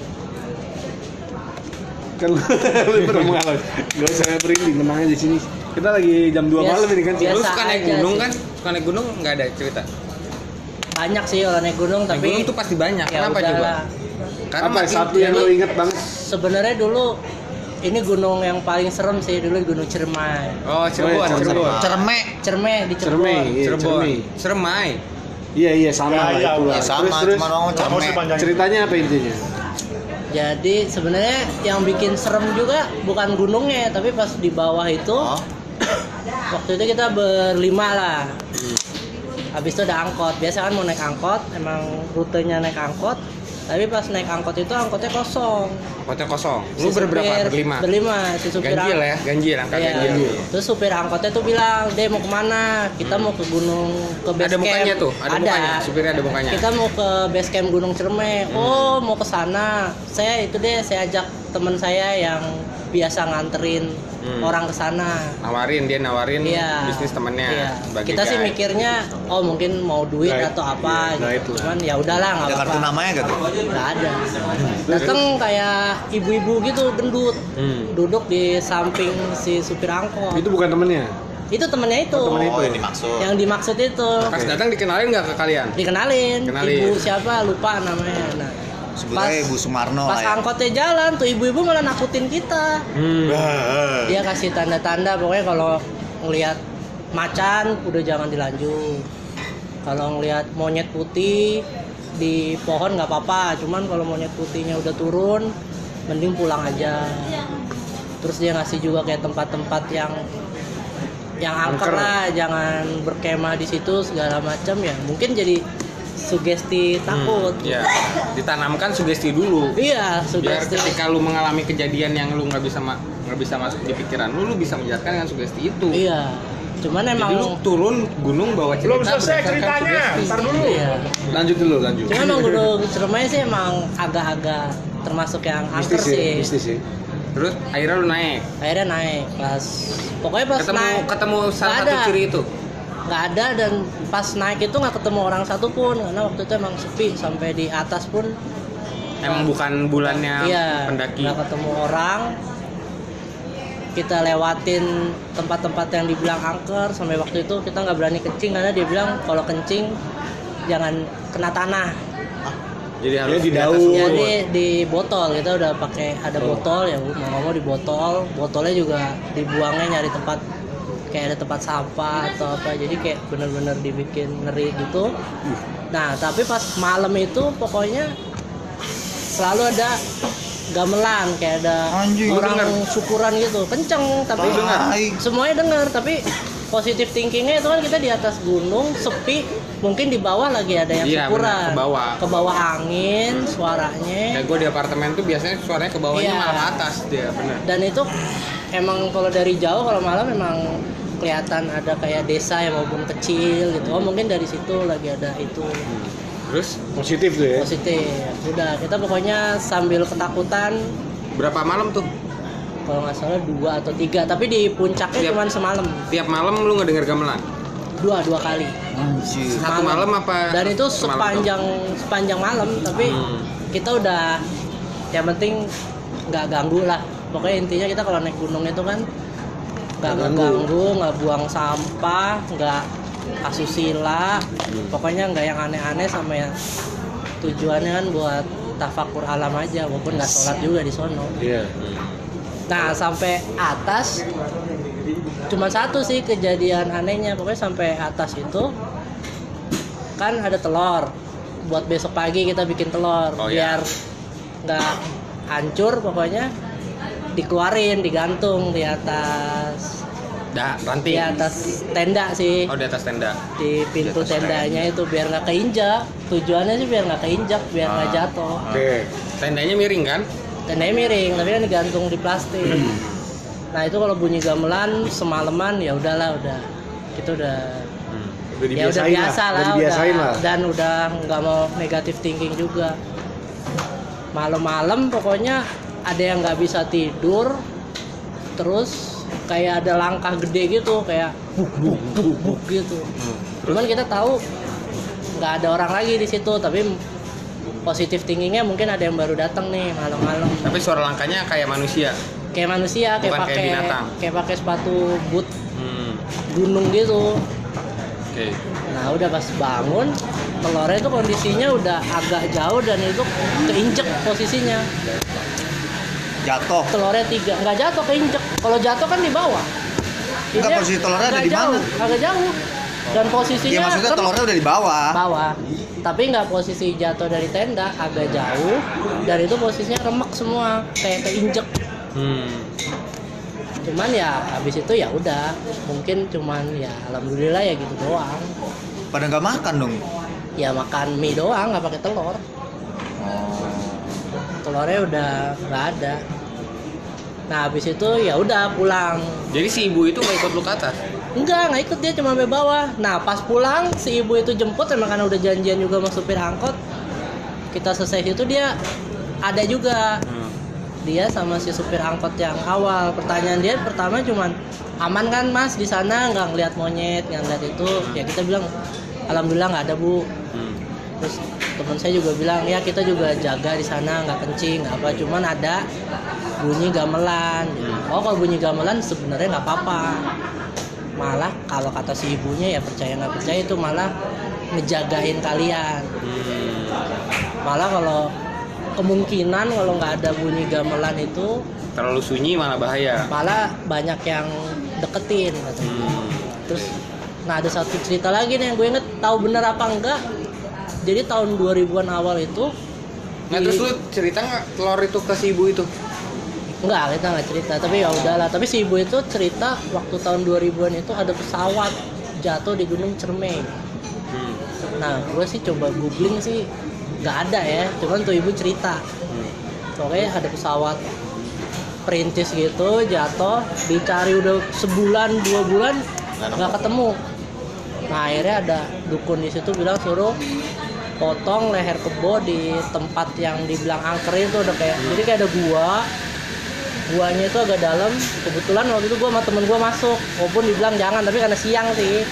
Kan lu, lu pernah mengalami. Gak usah merinding, tenang aja di sini. Kita lagi jam dua Biasa- malam ini kan. biasa Lu suka naik aja gunung sih. kan? Suka naik gunung nggak ada cerita. Banyak sih orang naik gunung Naik tapi gunung tuh pasti banyak. ya Kenapa udahlah. coba? Karena Apa makin satu yang jadi- lo inget banget? Sebenarnya dulu ini gunung yang paling serem sih dulu Gunung Ciremai. Oh, Cirebon, Oh, iya, Cirebon. Cerme. Cermai di Cirebon. Cermai, iya, Cirebon. Cermai. Seremai. Iya iya sama Ya, lah iya, itulah. iya, sama, terus terus cuma ngomong Nggak mau cerme. sih panjangin. ceritanya apa intinya? Jadi sebenarnya yang bikin serem juga bukan gunungnya tapi pas di bawah itu Oh. waktu itu kita berlima lah. Habis itu ada angkot. Biasa kan mau naik angkot, emang rutenya naik angkot. Tapi pas naik angkot itu angkotnya kosong. Hotel kosong. Si Lu berberapa? supir- Berlima. Berlima. Si supir Ganjil ang- ya, ganjil angka Iya. ganjil. Terus supir angkotnya tuh bilang, "Deh mau kemana? Kita mau ke gunung ke base Ada camp." mukanya tuh, ada mukanya. Supirnya ada mukanya. Kita mau ke base camp Gunung Ciremai. Oh, mau ke sana. Saya itu deh, saya ajak teman saya yang biasa nganterin Hmm. orang ke sana. Nawarin dia nawarin Iya. bisnis temennya Iya. sebagai Kita sih guide. mikirnya, oh mungkin mau duit Guide. atau apa Iya, guide gitu. lah. Cuman ya udahlah nggak Ada apa-apa. kartu namanya gak tuh? Nggak ada. Dateng kayak ibu-ibu gitu gendut, Hmm. duduk di samping si supir angkot. Itu bukan temennya. Itu temennya itu. Oh, temennya Oh, yang dimaksud. Yang dimaksud itu. Pas datang dikenalin nggak ke kalian? Dikenalin, Kenalin. ibu siapa lupa namanya. Nah, Sebutnya Ibu Sumarno pas lah ya. angkotnya jalan tuh ibu-ibu malah nakutin kita. Hmm. Dia kasih tanda-tanda pokoknya kalau ngelihat macan udah jangan dilanjut. Kalau ngelihat monyet putih di pohon nggak apa-apa, cuman kalau monyet putihnya udah turun mending pulang aja. Terus dia ngasih juga kayak tempat-tempat yang yang angker Angker. lah, jangan berkemah di situ segala macam ya. Mungkin jadi sugesti takut. Ya, ditanamkan sugesti dulu. Iya, Biar sugesti. ketika lu mengalami kejadian yang lu nggak bisa ma- nggak bisa masuk di pikiran lu, lu bisa menjelaskan dengan sugesti itu. Iya. Cuman emang Jadi lu turun gunung bawa cerita. Belum selesai berdasarkan ceritanya. sugesti. Ntar dulu. Iya. Lanjut dulu, lanjut. Cuman emang Gunung Ciremai sih emang agak-agak termasuk yang angker Mistis sih. ya, mistis sih. Terus akhirnya lu naik. Akhirnya naik pas pokoknya pas Ketemu naik ketemu salah nggak satu ada. ciri itu. nggak ada dan pas naik itu nggak ketemu orang satupun karena waktu itu emang sepi sampai di atas pun Emang bukan bulannya iya pendaki. nggak ketemu orang. Kita lewatin tempat-tempat yang dibilang angker sampai waktu itu kita nggak berani kencing karena dia bilang kalau kencing jangan kena tanah. Jadi harus di atas daun. bukit. Jadi di botol kita udah pakai ada Oh. botol ya mau nggak mau di botol, botolnya juga dibuangnya nyari tempat kayak ada tempat sampah atau apa, jadi kayak bener-bener dibikin ngeri gitu. Nah tapi pas malam itu pokoknya selalu ada gamelan kayak ada Anjing, orang denger. syukuran gitu kenceng tapi Oh, dengar. semuanya dengar tapi positif thinkingnya itu kan kita di atas gunung sepi, mungkin di bawah lagi ada yang Iya, syukuran benar, ke bawah. ke bawah angin suaranya. Kayak gue di apartemen tuh biasanya suaranya ke bawahnya Iya. malah ke atas dia, benar. Dan itu emang kalau dari jauh kalau malam memang kelihatan ada kayak desa yang maupun kecil gitu. Oh mungkin dari situ lagi ada itu Terus Positif tuh ya. positif. Udah kita pokoknya sambil ketakutan berapa malam tuh? kalau nggak salah dua atau tiga tapi di puncaknya Tiap- cuma semalam Tiap malam lu nggak denger gamelan? dua dua kali. Anjir. Satu malam apa? Dan itu semalam sepanjang sepanjang malam tapi Hmm. kita udah yang penting nggak ganggu lah. Pokoknya intinya kita kalau naik gunung itu kan nggak Nggak ganggu, nggak buang sampah, nggak asusila, pokoknya nggak yang aneh-aneh sama yang tujuannya kan buat tafakur alam aja, walaupun nggak sholat juga di sono. Iya. Nah sampai atas cuma satu sih kejadian anehnya, pokoknya sampai atas itu kan ada telur buat besok pagi kita bikin telur Oh, biar nggak hancur, pokoknya dikeluarin digantung di atas Dah, di ranting. atas tenda sih, Oh, di atas tenda. di pintu Di atas tendanya itu biar nggak keinjak. Tujuannya sih biar nggak keinjak, biar nggak Ah. jatuh. Oke. Tendanya miring kan? Tendanya miring tapi kan digantung di plastik. Nah itu kalau bunyi gamelan semalaman ya udahlah, udah kita udah Udah ya udah dibiasain biasa lah. lah, Udah dibiasain udah. lah. Dan udah nggak mau negatif thinking juga. Malam-malam pokoknya ada yang nggak bisa tidur, terus kayak ada langkah gede gitu, kayak buk buk buk buk gitu. Cuman kita tahu nggak ada orang lagi di situ, tapi positif thinkingnya mungkin ada yang baru datang nih malam-malam. Tapi suara langkahnya kayak manusia. Kayak manusia, kayak Bukan kayak pakai binatang. kayak pakai sepatu boot Hmm. gunung gitu. Oke. Nah udah pas bangun telurnya itu kondisinya udah agak jauh dan itu keinjek posisinya. Jatuh. Telurnya tiga, nggak jatuh, keinjek. Kalau jatuh kan di bawah. Enggak, Ini posisi telurnya ada agak di mana? jauh, agak jauh. Dan posisinya Iya maksudnya rem- telurnya udah di bawah. bawah. Tapi nggak posisi jatuh dari tenda, agak jauh. Dan itu posisinya remek semua, kayak keinjek. Hmm. Cuman ya habis itu ya udah, mungkin cuman ya alhamdulillah ya gitu doang. Pada nggak makan dong. Ya makan mie doang, nggak pakai telur. Oh. Telurnya udah nggak ada. Nah habis itu ya udah pulang. Jadi si ibu itu nggak ikut lu ke atas? Enggak, nggak ikut, dia cuma sampai bawah. Nah pas pulang si ibu itu jemput, emang karena udah janjian juga sama supir angkot. Kita selesai itu dia ada juga. Hmm. Dia sama si supir angkot yang awal. Pertanyaan dia pertama cuman, aman kan mas di sana, nggak ngeliat monyet, nggak ngeliat itu. Ya kita bilang alhamdulillah nggak ada bu. Hmm. Terus teman saya juga bilang ya kita juga jaga di sana, nggak kencing nggak apa, cuman ada bunyi gamelan. Oh kalau bunyi gamelan sebenarnya nggak apa-apa. malah kalau kata si ibunya ya percaya nggak percaya itu malah ngejagain kalian. Malah kalau kemungkinan kalau nggak ada bunyi gamelan itu Terlalu sunyi malah bahaya. malah banyak yang deketin katanya. Hmm. Terus nah ada satu cerita lagi nih yang gue inget, tahu bener apa enggak, jadi tahun dua ribuan awal itu Nah di- terus lu cerita nggak telur itu ke si ibu itu? enggak, kita nggak cerita, tapi ya udahlah. Tapi si ibu itu cerita waktu tahun dua ribuan itu ada pesawat jatuh di Gunung Ciremai. Hmm. Nah gue sih coba googling sih nggak ada ya, cuman tuh ibu cerita pokoknya ada pesawat perintis gitu jatuh, dicari udah sebulan dua bulan nggak ketemu. Nah akhirnya ada dukun di situ bilang suruh potong leher kebo di tempat yang dibilang angker itu udah kayak, jadi kayak ada gua, guanya itu agak dalam. Kebetulan waktu itu gua sama temen gua masuk, walaupun dibilang jangan, tapi karena siang sih.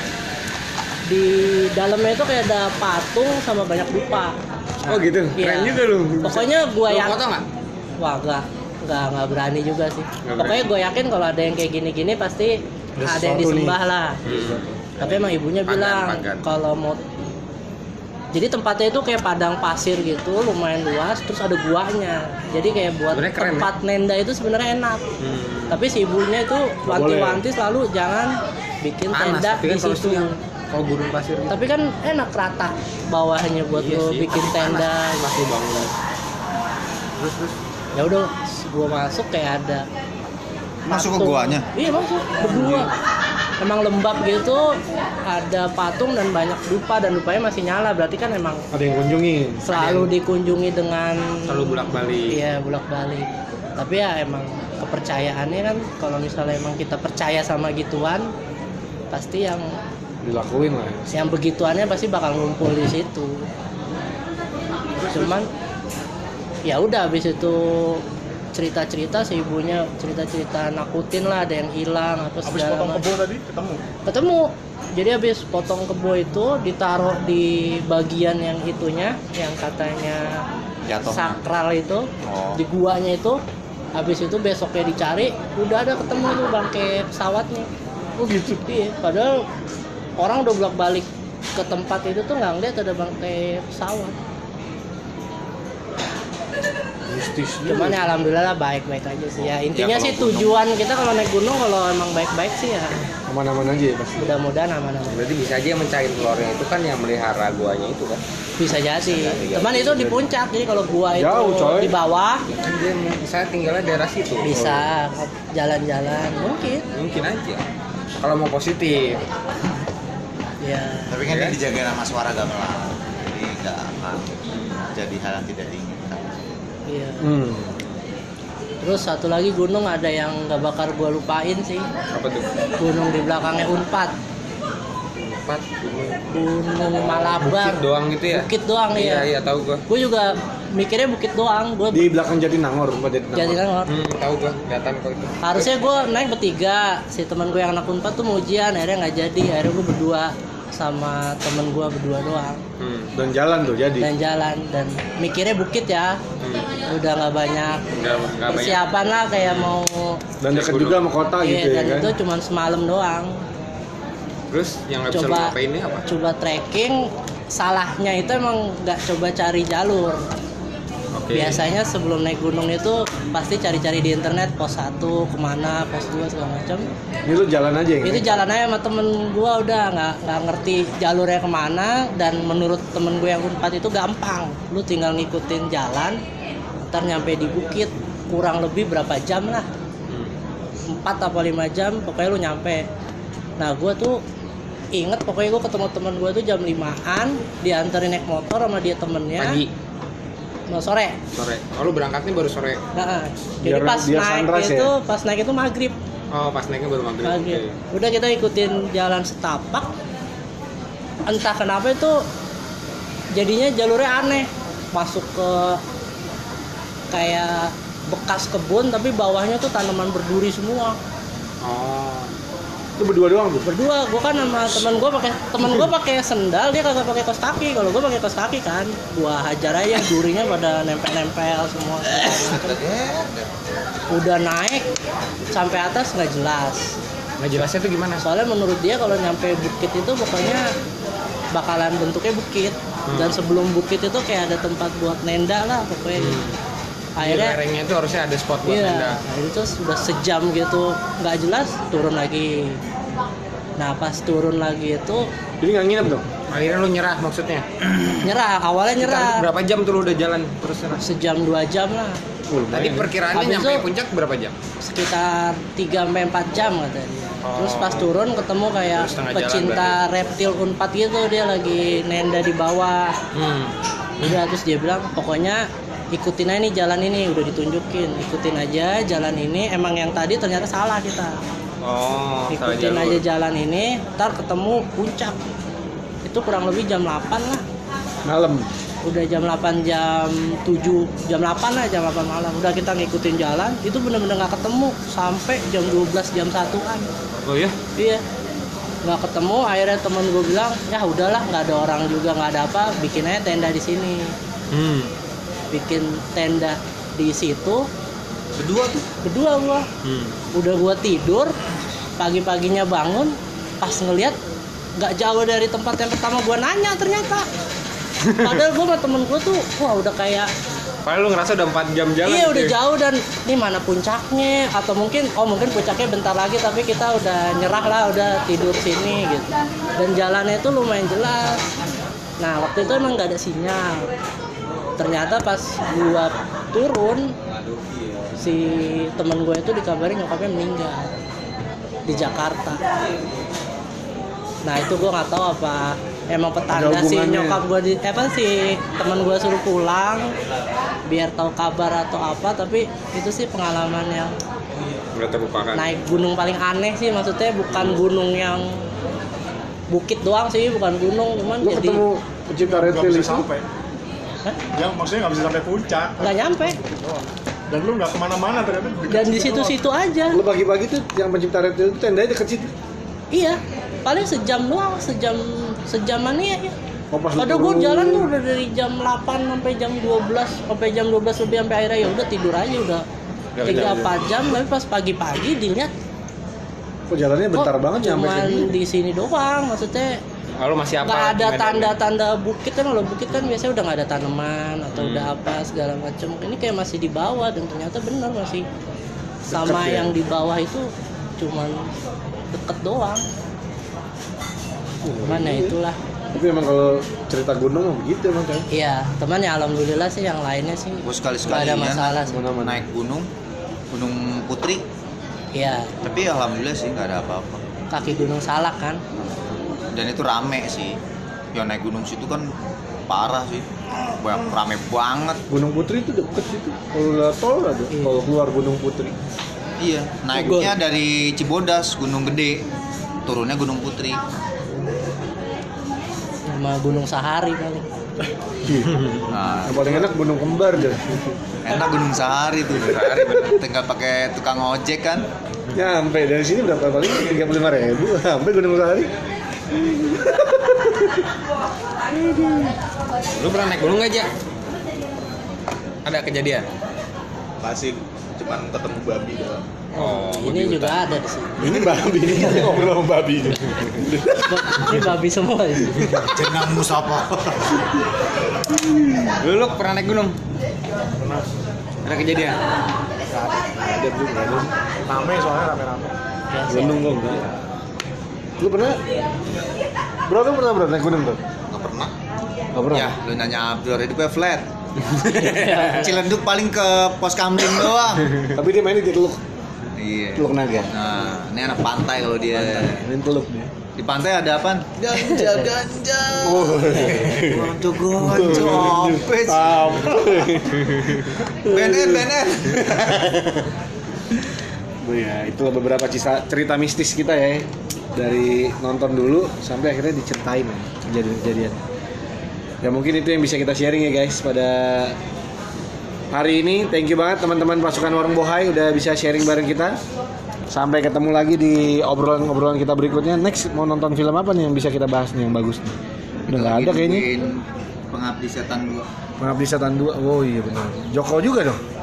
Di dalamnya itu kayak ada patung sama banyak dupa. Oh gitu, Iya. keren juga lu. Pokoknya gua Lu yang foto nggak? wah nggak nggak nggak berani juga sih. Nggak Pokoknya gue yakin kalau ada yang kayak gini-gini pasti Ada ada yang sesuatu disembah nih. lah. Hmm. Tapi emang ibunya Pagan, bilang pagan. kalau mau, jadi tempatnya itu kayak padang pasir gitu, lumayan luas, terus ada guanya. Jadi kayak buat Sebenarnya keren, tempat nenda itu sebenarnya enak. Hmm. Tapi si ibunya itu wanti-wanti selalu jangan bikin Panas, tenda tapi kan di kalau situ. siang, kalau gurun pasir gitu. Tapi kan enak rata bawahnya buat Iya lo sih, bikin tapi tenda. panas, pas lu bangun. Terus terus. Ya udah, gua masuk kayak ada Masuk ke patung. guanya? Iya masuk berdua. Emang lembab gitu, ada patung dan banyak dupa, dan dupanya masih nyala, berarti kan emang Ada yang kunjungin. selalu dikunjungi dengan Selalu bolak-balik. Iya bolak balik. Tapi ya emang kepercayaannya kan, kalau misalnya emang kita percaya sama gituan, pasti yang Dilakuin lah. yang begituannya pasti bakal ngumpul di situ. Cuman ya udah habis itu cerita-cerita si ibunya cerita-cerita nakutin lah, ada yang hilang apa Habis segala potong macam. kebo tadi ketemu. Ketemu. Jadi habis potong kebo itu ditaruh di bagian yang itunya, yang katanya Jatuh. sakral itu, Oh. di guanya itu. Habis itu besoknya dicari, udah ada ketemu tuh bangke pesawatnya. Oh gitu. Iya, padahal orang udah bolak-balik ke tempat itu tuh nggak ngeliat ada bangkai pesawat. Mistis. Cuman ya alhamdulillah baik-baik aja sih ya. Intinya Ya, kalau sih gunung. tujuan kita kalau naik gunung kalau emang baik-baik sih ya Aman-aman aja ya pasti. mudah-mudahan aman-aman. Berarti bisa aja yang mencari telurnya itu kan yang melihara guanya itu kan. Bisa jadi. Cuman itu di puncak, jadi kalau gua itu Jauh, coy. di bawah Kan dia misalnya tinggalnya daerah situ. bisa jalan-jalan mungkin. Mungkin aja. Kalau mau positif. Ya. Tapi kan dia dijaga sama suara gamelan, jadi nggak akan jadi hal yang tidak diinginkan. Iya. Hmm. Terus satu lagi gunung ada yang nggak bakal gua lupain sih. Apa tuh? Gunung di belakangnya Unpad. Empat. Gunung Malabar. Bukit doang gitu ya? Bukit doang Iya, ya. iya tahu gua. Gue juga mikirnya bukit doang. Gue Di belakang Jatinangor, bukan Jatinangor. jadi kan Hmm, tahu gua. Kelihatan kok itu. harusnya gue naik bertiga. Si teman gue yang anak Unpad tuh mau ujian, akhirnya nggak jadi. Akhirnya gue berdua sama temen gue berdua doang Hmm. Dan jalan tuh jadi. dan jalan, dan mikirnya bukit ya. Hmm. Udah nggak banyak Enggak enggak banyak. persiapan lah kayak mau. Dan dekat juga sama kota Iya, gitu ya dan kan. itu cuma semalam doang. Terus yang nggak bisa lu Coba ngapain ini apa? coba trekking, salahnya itu emang nggak coba cari jalur. Oke. Biasanya sebelum naik gunung itu pasti cari-cari di internet pos satu kemana, pos dua segala macam. Ini lu jalan aja ya. Itu jalan aja sama temen gua, udah nggak nggak ngerti jalurnya kemana, dan menurut temen gue yang Unpad itu gampang. Lu tinggal ngikutin jalan, ntar nyampe di bukit kurang lebih berapa jam lah, Hmm. empat atau lima jam pokoknya lu nyampe. Nah gua tuh inget pokoknya gua ketemu temen gua tuh jam limaan, dianterin naik motor sama dia temennya. Pagi, Mau sore. sore. Oh, lu berangkatnya baru sore. Nah, jadi Biar- pas biar naik sunrise itu, ya? pas naik itu maghrib. Oh, pas naiknya baru maghrib. Maghrib. Oke. Udah kita ikutin jalan setapak. Entah kenapa itu jadinya jalurnya aneh. Masuk ke kayak bekas kebun, tapi bawahnya tuh tanaman berduri semua. Oh. Itu berdua doang tuh. Berdua, gua kan sama temen gua pakai temen gua pakai sendal, dia kagak pakai kaos kaki. Kalau gua pakai kaos kaki kan, gua hajar aja durinya pada nempel-nempel semua. Udah naik sampai atas nggak jelas. Nggak jelasnya tuh gimana? Soalnya menurut dia kalau nyampe bukit itu pokoknya bakalan bentuknya bukit. Hmm. Dan sebelum bukit itu kayak ada tempat buat nenda lah pokoknya. Hmm. Akhirnya Di lerengnya itu harusnya ada spot buat iya, nenda. nah itu sudah sejam gitu nggak jelas, turun lagi. Nah pas turun lagi itu Jadi nggak nginep dong? Akhirnya lu nyerah maksudnya. nyerah, awalnya nyerah. Sekitar berapa jam tuh lu udah jalan terus nyerah? Sejam dua jam lah. Tadi perkiraannya Habis nyampe itu- puncak berapa jam? Sekitar tiga sampai empat jam katanya dia. Oh. Terus pas turun ketemu kayak Terus setengah jalan pecinta reptil Unpad gitu, dia lagi nenda di bawah. Hmm. Udah terus dia bilang pokoknya ikutin aja nih jalan ini, udah ditunjukin, ikutin aja jalan ini. Emang yang tadi ternyata salah kita. Oh, salah Ikutin jalur. aja jalan ini, ntar ketemu puncak. Itu kurang lebih jam delapan lah. Malam. Udah jam delapan, jam tujuh, jam delapan lah, jam delapan malam. Udah kita ngikutin jalan, itu bener-bener gak ketemu sampai jam dua belas, jam satuan. Oh iya? Iya, nggak ketemu. Akhirnya temen gue bilang ya udahlah, nggak ada orang juga, nggak ada apa, bikin aja tenda di sini. Hmm. Bikin tenda di situ Berdua tuh. berdua gua. Hmm. Udah gua tidur, pagi-paginya bangun, pas ngelihat nggak jauh dari tempat yang pertama gua nanya ternyata. Padahal gua sama temen gua tuh wah udah kayak Padahal lu ngerasa udah empat jam jalan. iya gitu udah ya? jauh, dan ini mana puncaknya, atau mungkin oh mungkin puncaknya bentar lagi tapi kita udah nyerah lah, udah tidur sini gitu. Dan jalannya itu lumayan jelas. Nah waktu itu emang nggak ada sinyal. Ternyata pas gua turun, si temen gue itu dikabarin nyokapnya meninggal di Jakarta. Nah itu gue nggak tahu apa emang petanda Ada si hubungannya. nyokap gue di apa sih teman gue suruh pulang biar tahu kabar atau apa. Tapi itu sih pengalaman yang Udah terlupakan. naik gunung paling aneh sih, maksudnya bukan gunung yang bukit doang sih, bukan gunung, cuman Lu jadi ketemu pecinta Nggak reptil bisa itu? sampai. Hah? Yang maksudnya nggak bisa sampai puncak. nggak nyampe. Dan lu nggak kemana-mana ternyata. dekat Dan di situ doang. situ-situ aja. Lu pagi-pagi tuh yang pencipta reptil itu tendanya deket situ. Iya, paling sejam doang, sejam sejaman ya. ya. Oh, pas lu Padahal gue turun. jalan tuh udah dari jam delapan sampai jam dua belas, sampai jam dua belas lebih, sampai akhirnya ya udah tidur aja udah Udah tiga kenyang, empat jam. Tapi pas pagi-pagi dilihat Kok jalannya bentar kok banget nyampe cuman sini. di sini doang, maksudnya Oh, lu masih apa? nggak ada medannya? tanda-tanda bukit kan. Kalau bukit kan biasanya udah nggak ada tanaman atau Hmm. udah apa segala macam. Ini kayak masih di bawah, dan ternyata bener masih sama ya? yang di bawah itu cuman deket doang. Mana itulah. Tapi emang kalau cerita gunung mah begitu emang kan. Iya, teman ya alhamdulillah sih, yang lainnya sih Gue nggak sekali-sekali ada ya, masalah sih. Mana-mana. naik gunung, Gunung Putri. Iya, Tapi alhamdulillah sih nggak ada apa-apa. kaki Gunung Salak kan. Dan itu rame sih. Yang naik gunung situ kan parah sih. Banyak rame banget. Gunung Putri itu deket situ. Kalau udah tol ada. Iya. Kalau keluar Gunung Putri. Iya, naiknya dari Cibodas, Gunung Gede. Turunnya Gunung Putri. Sama Gunung Sahari paling. Nah, Yang paling enak Gunung Kembar deh. enak Gunung Sahari tuh. Tinggal pakai tukang ojek kan. Nyampe dari sini berapa paling tiga puluh lima ribu sampai Gunung Sahari. Lu pernah naik gunung nggak, Ja? Ada kejadian? Masih cuman ketemu babi doang. Oh, Ini juga ada di sini. Ini babi, ini ngobrol sama babi. Ini babi semua di sini. Jenang Musapa. Lu, lu pernah naik gunung? Ada kejadian? Ada juga ada. Rame soalnya rame-rame. Biasa. Gunung kok enggak. Lu pernah? Bro, lu pernah bro naik gunung bro? Nggak pernah. Nggak pernah? Ya, lu nanya Abdul hidupnya flat. Cilenduk paling ke pos kamling doang. Tapi dia mainnya di Teluk, Iya. Teluk Naga. Nah, ini anak pantai kalau dia. Main Teluk dia. Di pantai ada apaan? Ganja, ganja. Oh. Gonjo, gonjo, apa sih? Apa? B N N, B N N. Oh ya, itulah beberapa cerita, cerita mistis kita ya. Dari nonton dulu sampai akhirnya diceritain ya, kejadian-kejadian. Ya mungkin itu yang bisa kita sharing ya guys pada hari ini. Thank you banget teman-teman pasukan Warung Bohai udah bisa sharing bareng kita. Sampai ketemu lagi di obrolan-obrolan kita berikutnya. Next mau nonton film apa nih yang bisa kita bahas nih yang bagus nih? Udah nggak ada kayaknya. Pengabdi Setan dua. Pengabdi Setan dua. Oh iya benar. Joko juga dong.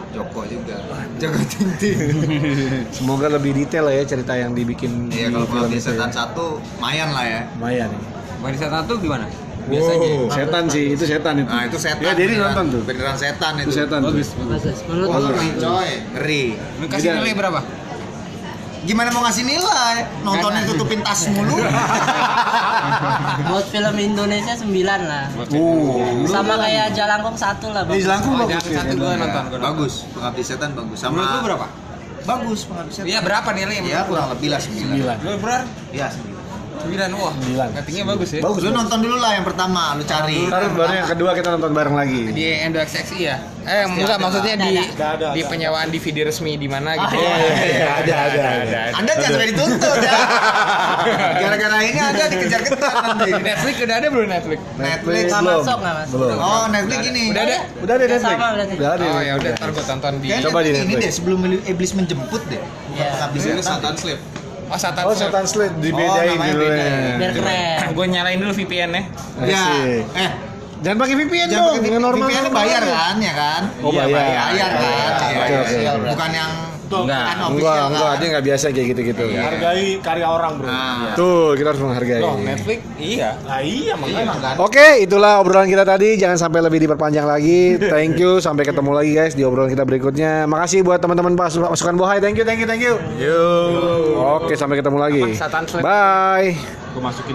Joko juga. Joko Tingting. Semoga lebih detail lah ya cerita yang dibikin Iya, di kalau film Pengabdi itu Setan ya. satu lumayan lah ya. Lumayan nih. Barisan satu gimana? Biasa aja. Wow, setan sih, itu setan itu. Nah, itu setan. Ya, jadi beneran. nonton tuh. Beneran setan itu. Itu setan. Bagus. Bagus. Menurut Wah, lu? ngeri, coy. Ngeri. Lu kasih Beda. nilai berapa? Gimana mau ngasih nilai? Nontonnya tutupin tas mulu. Buat film Indonesia sembilan lah. Uh, Sama kayak Jalangkung satu lah, Ini Bang. Jelangkung Oh, bagus jangan ya. satu gua nonton. gua nonton. Bagus. Pengabdi Setan bagus. Sama Menurut lu berapa? Bagus Pengabdi Setan. Iya berapa nilai? Ya kurang lebih lah sembilan. Sembilan. Lu berar? Iya sembilan. Sembilan, wah. Sembilan. Ratingnya bagus ya. Bagus. Lu nonton dulu lah yang pertama, lu cari. Ntar baru yang kedua kita nonton bareng lagi. Di Endo X X I ya? Eh, enggak maksudnya di Ada, ada, di ada. penyewaan D V D resmi di mana gitu. Iya, iya, iya, ada, ada, ada. Anda jangan sampai dituntut ya. Gara-gara ini ada dikejar-kejar nanti. Netflix udah ada belum Netflix? Netflix Nggak belum. masuk, nggak masuk. Belum. Oh, Netflix ini. Udah ada? Udah ada Netflix. Sama berarti. Udah ada. Oh ya Netflix. udah ntar gua tonton di. Kayaknya Coba di ini Netflix. deh sebelum Iblis menjemput deh. Iya. Pengabdi Setan. Slip. Oh Satan. Oh, setan slate dibedain Oh, namanya dulu beda. ya. Biar keren. Gue nyalain dulu V P N-nya. Ya. Asik. Eh, Jangan pakai V P N jangan dong, pakai yang normal. V P N bayar kan, ya kan? Oh, Iya, bayar. Bayar kan. Oke, Iya, oke. iya. Bukan yang Enggak. kan Enggak, official enggak, kan. dia enggak biasa kayak gitu-gitu. Hargai karya orang, Bro. Nah, Tuh, kita harus menghargai. Loh, Netflix? Iya. Nah, iya makanya. emang kan. Oke, itulah obrolan kita tadi. Jangan sampai lebih diperpanjang lagi. Thank you. Sampai ketemu lagi guys di obrolan kita berikutnya. Makasih buat teman-teman pas masukan bohai. Thank you, thank you, thank you. Oke, sampai ketemu lagi. Satan Slate. Bye. Gue masukin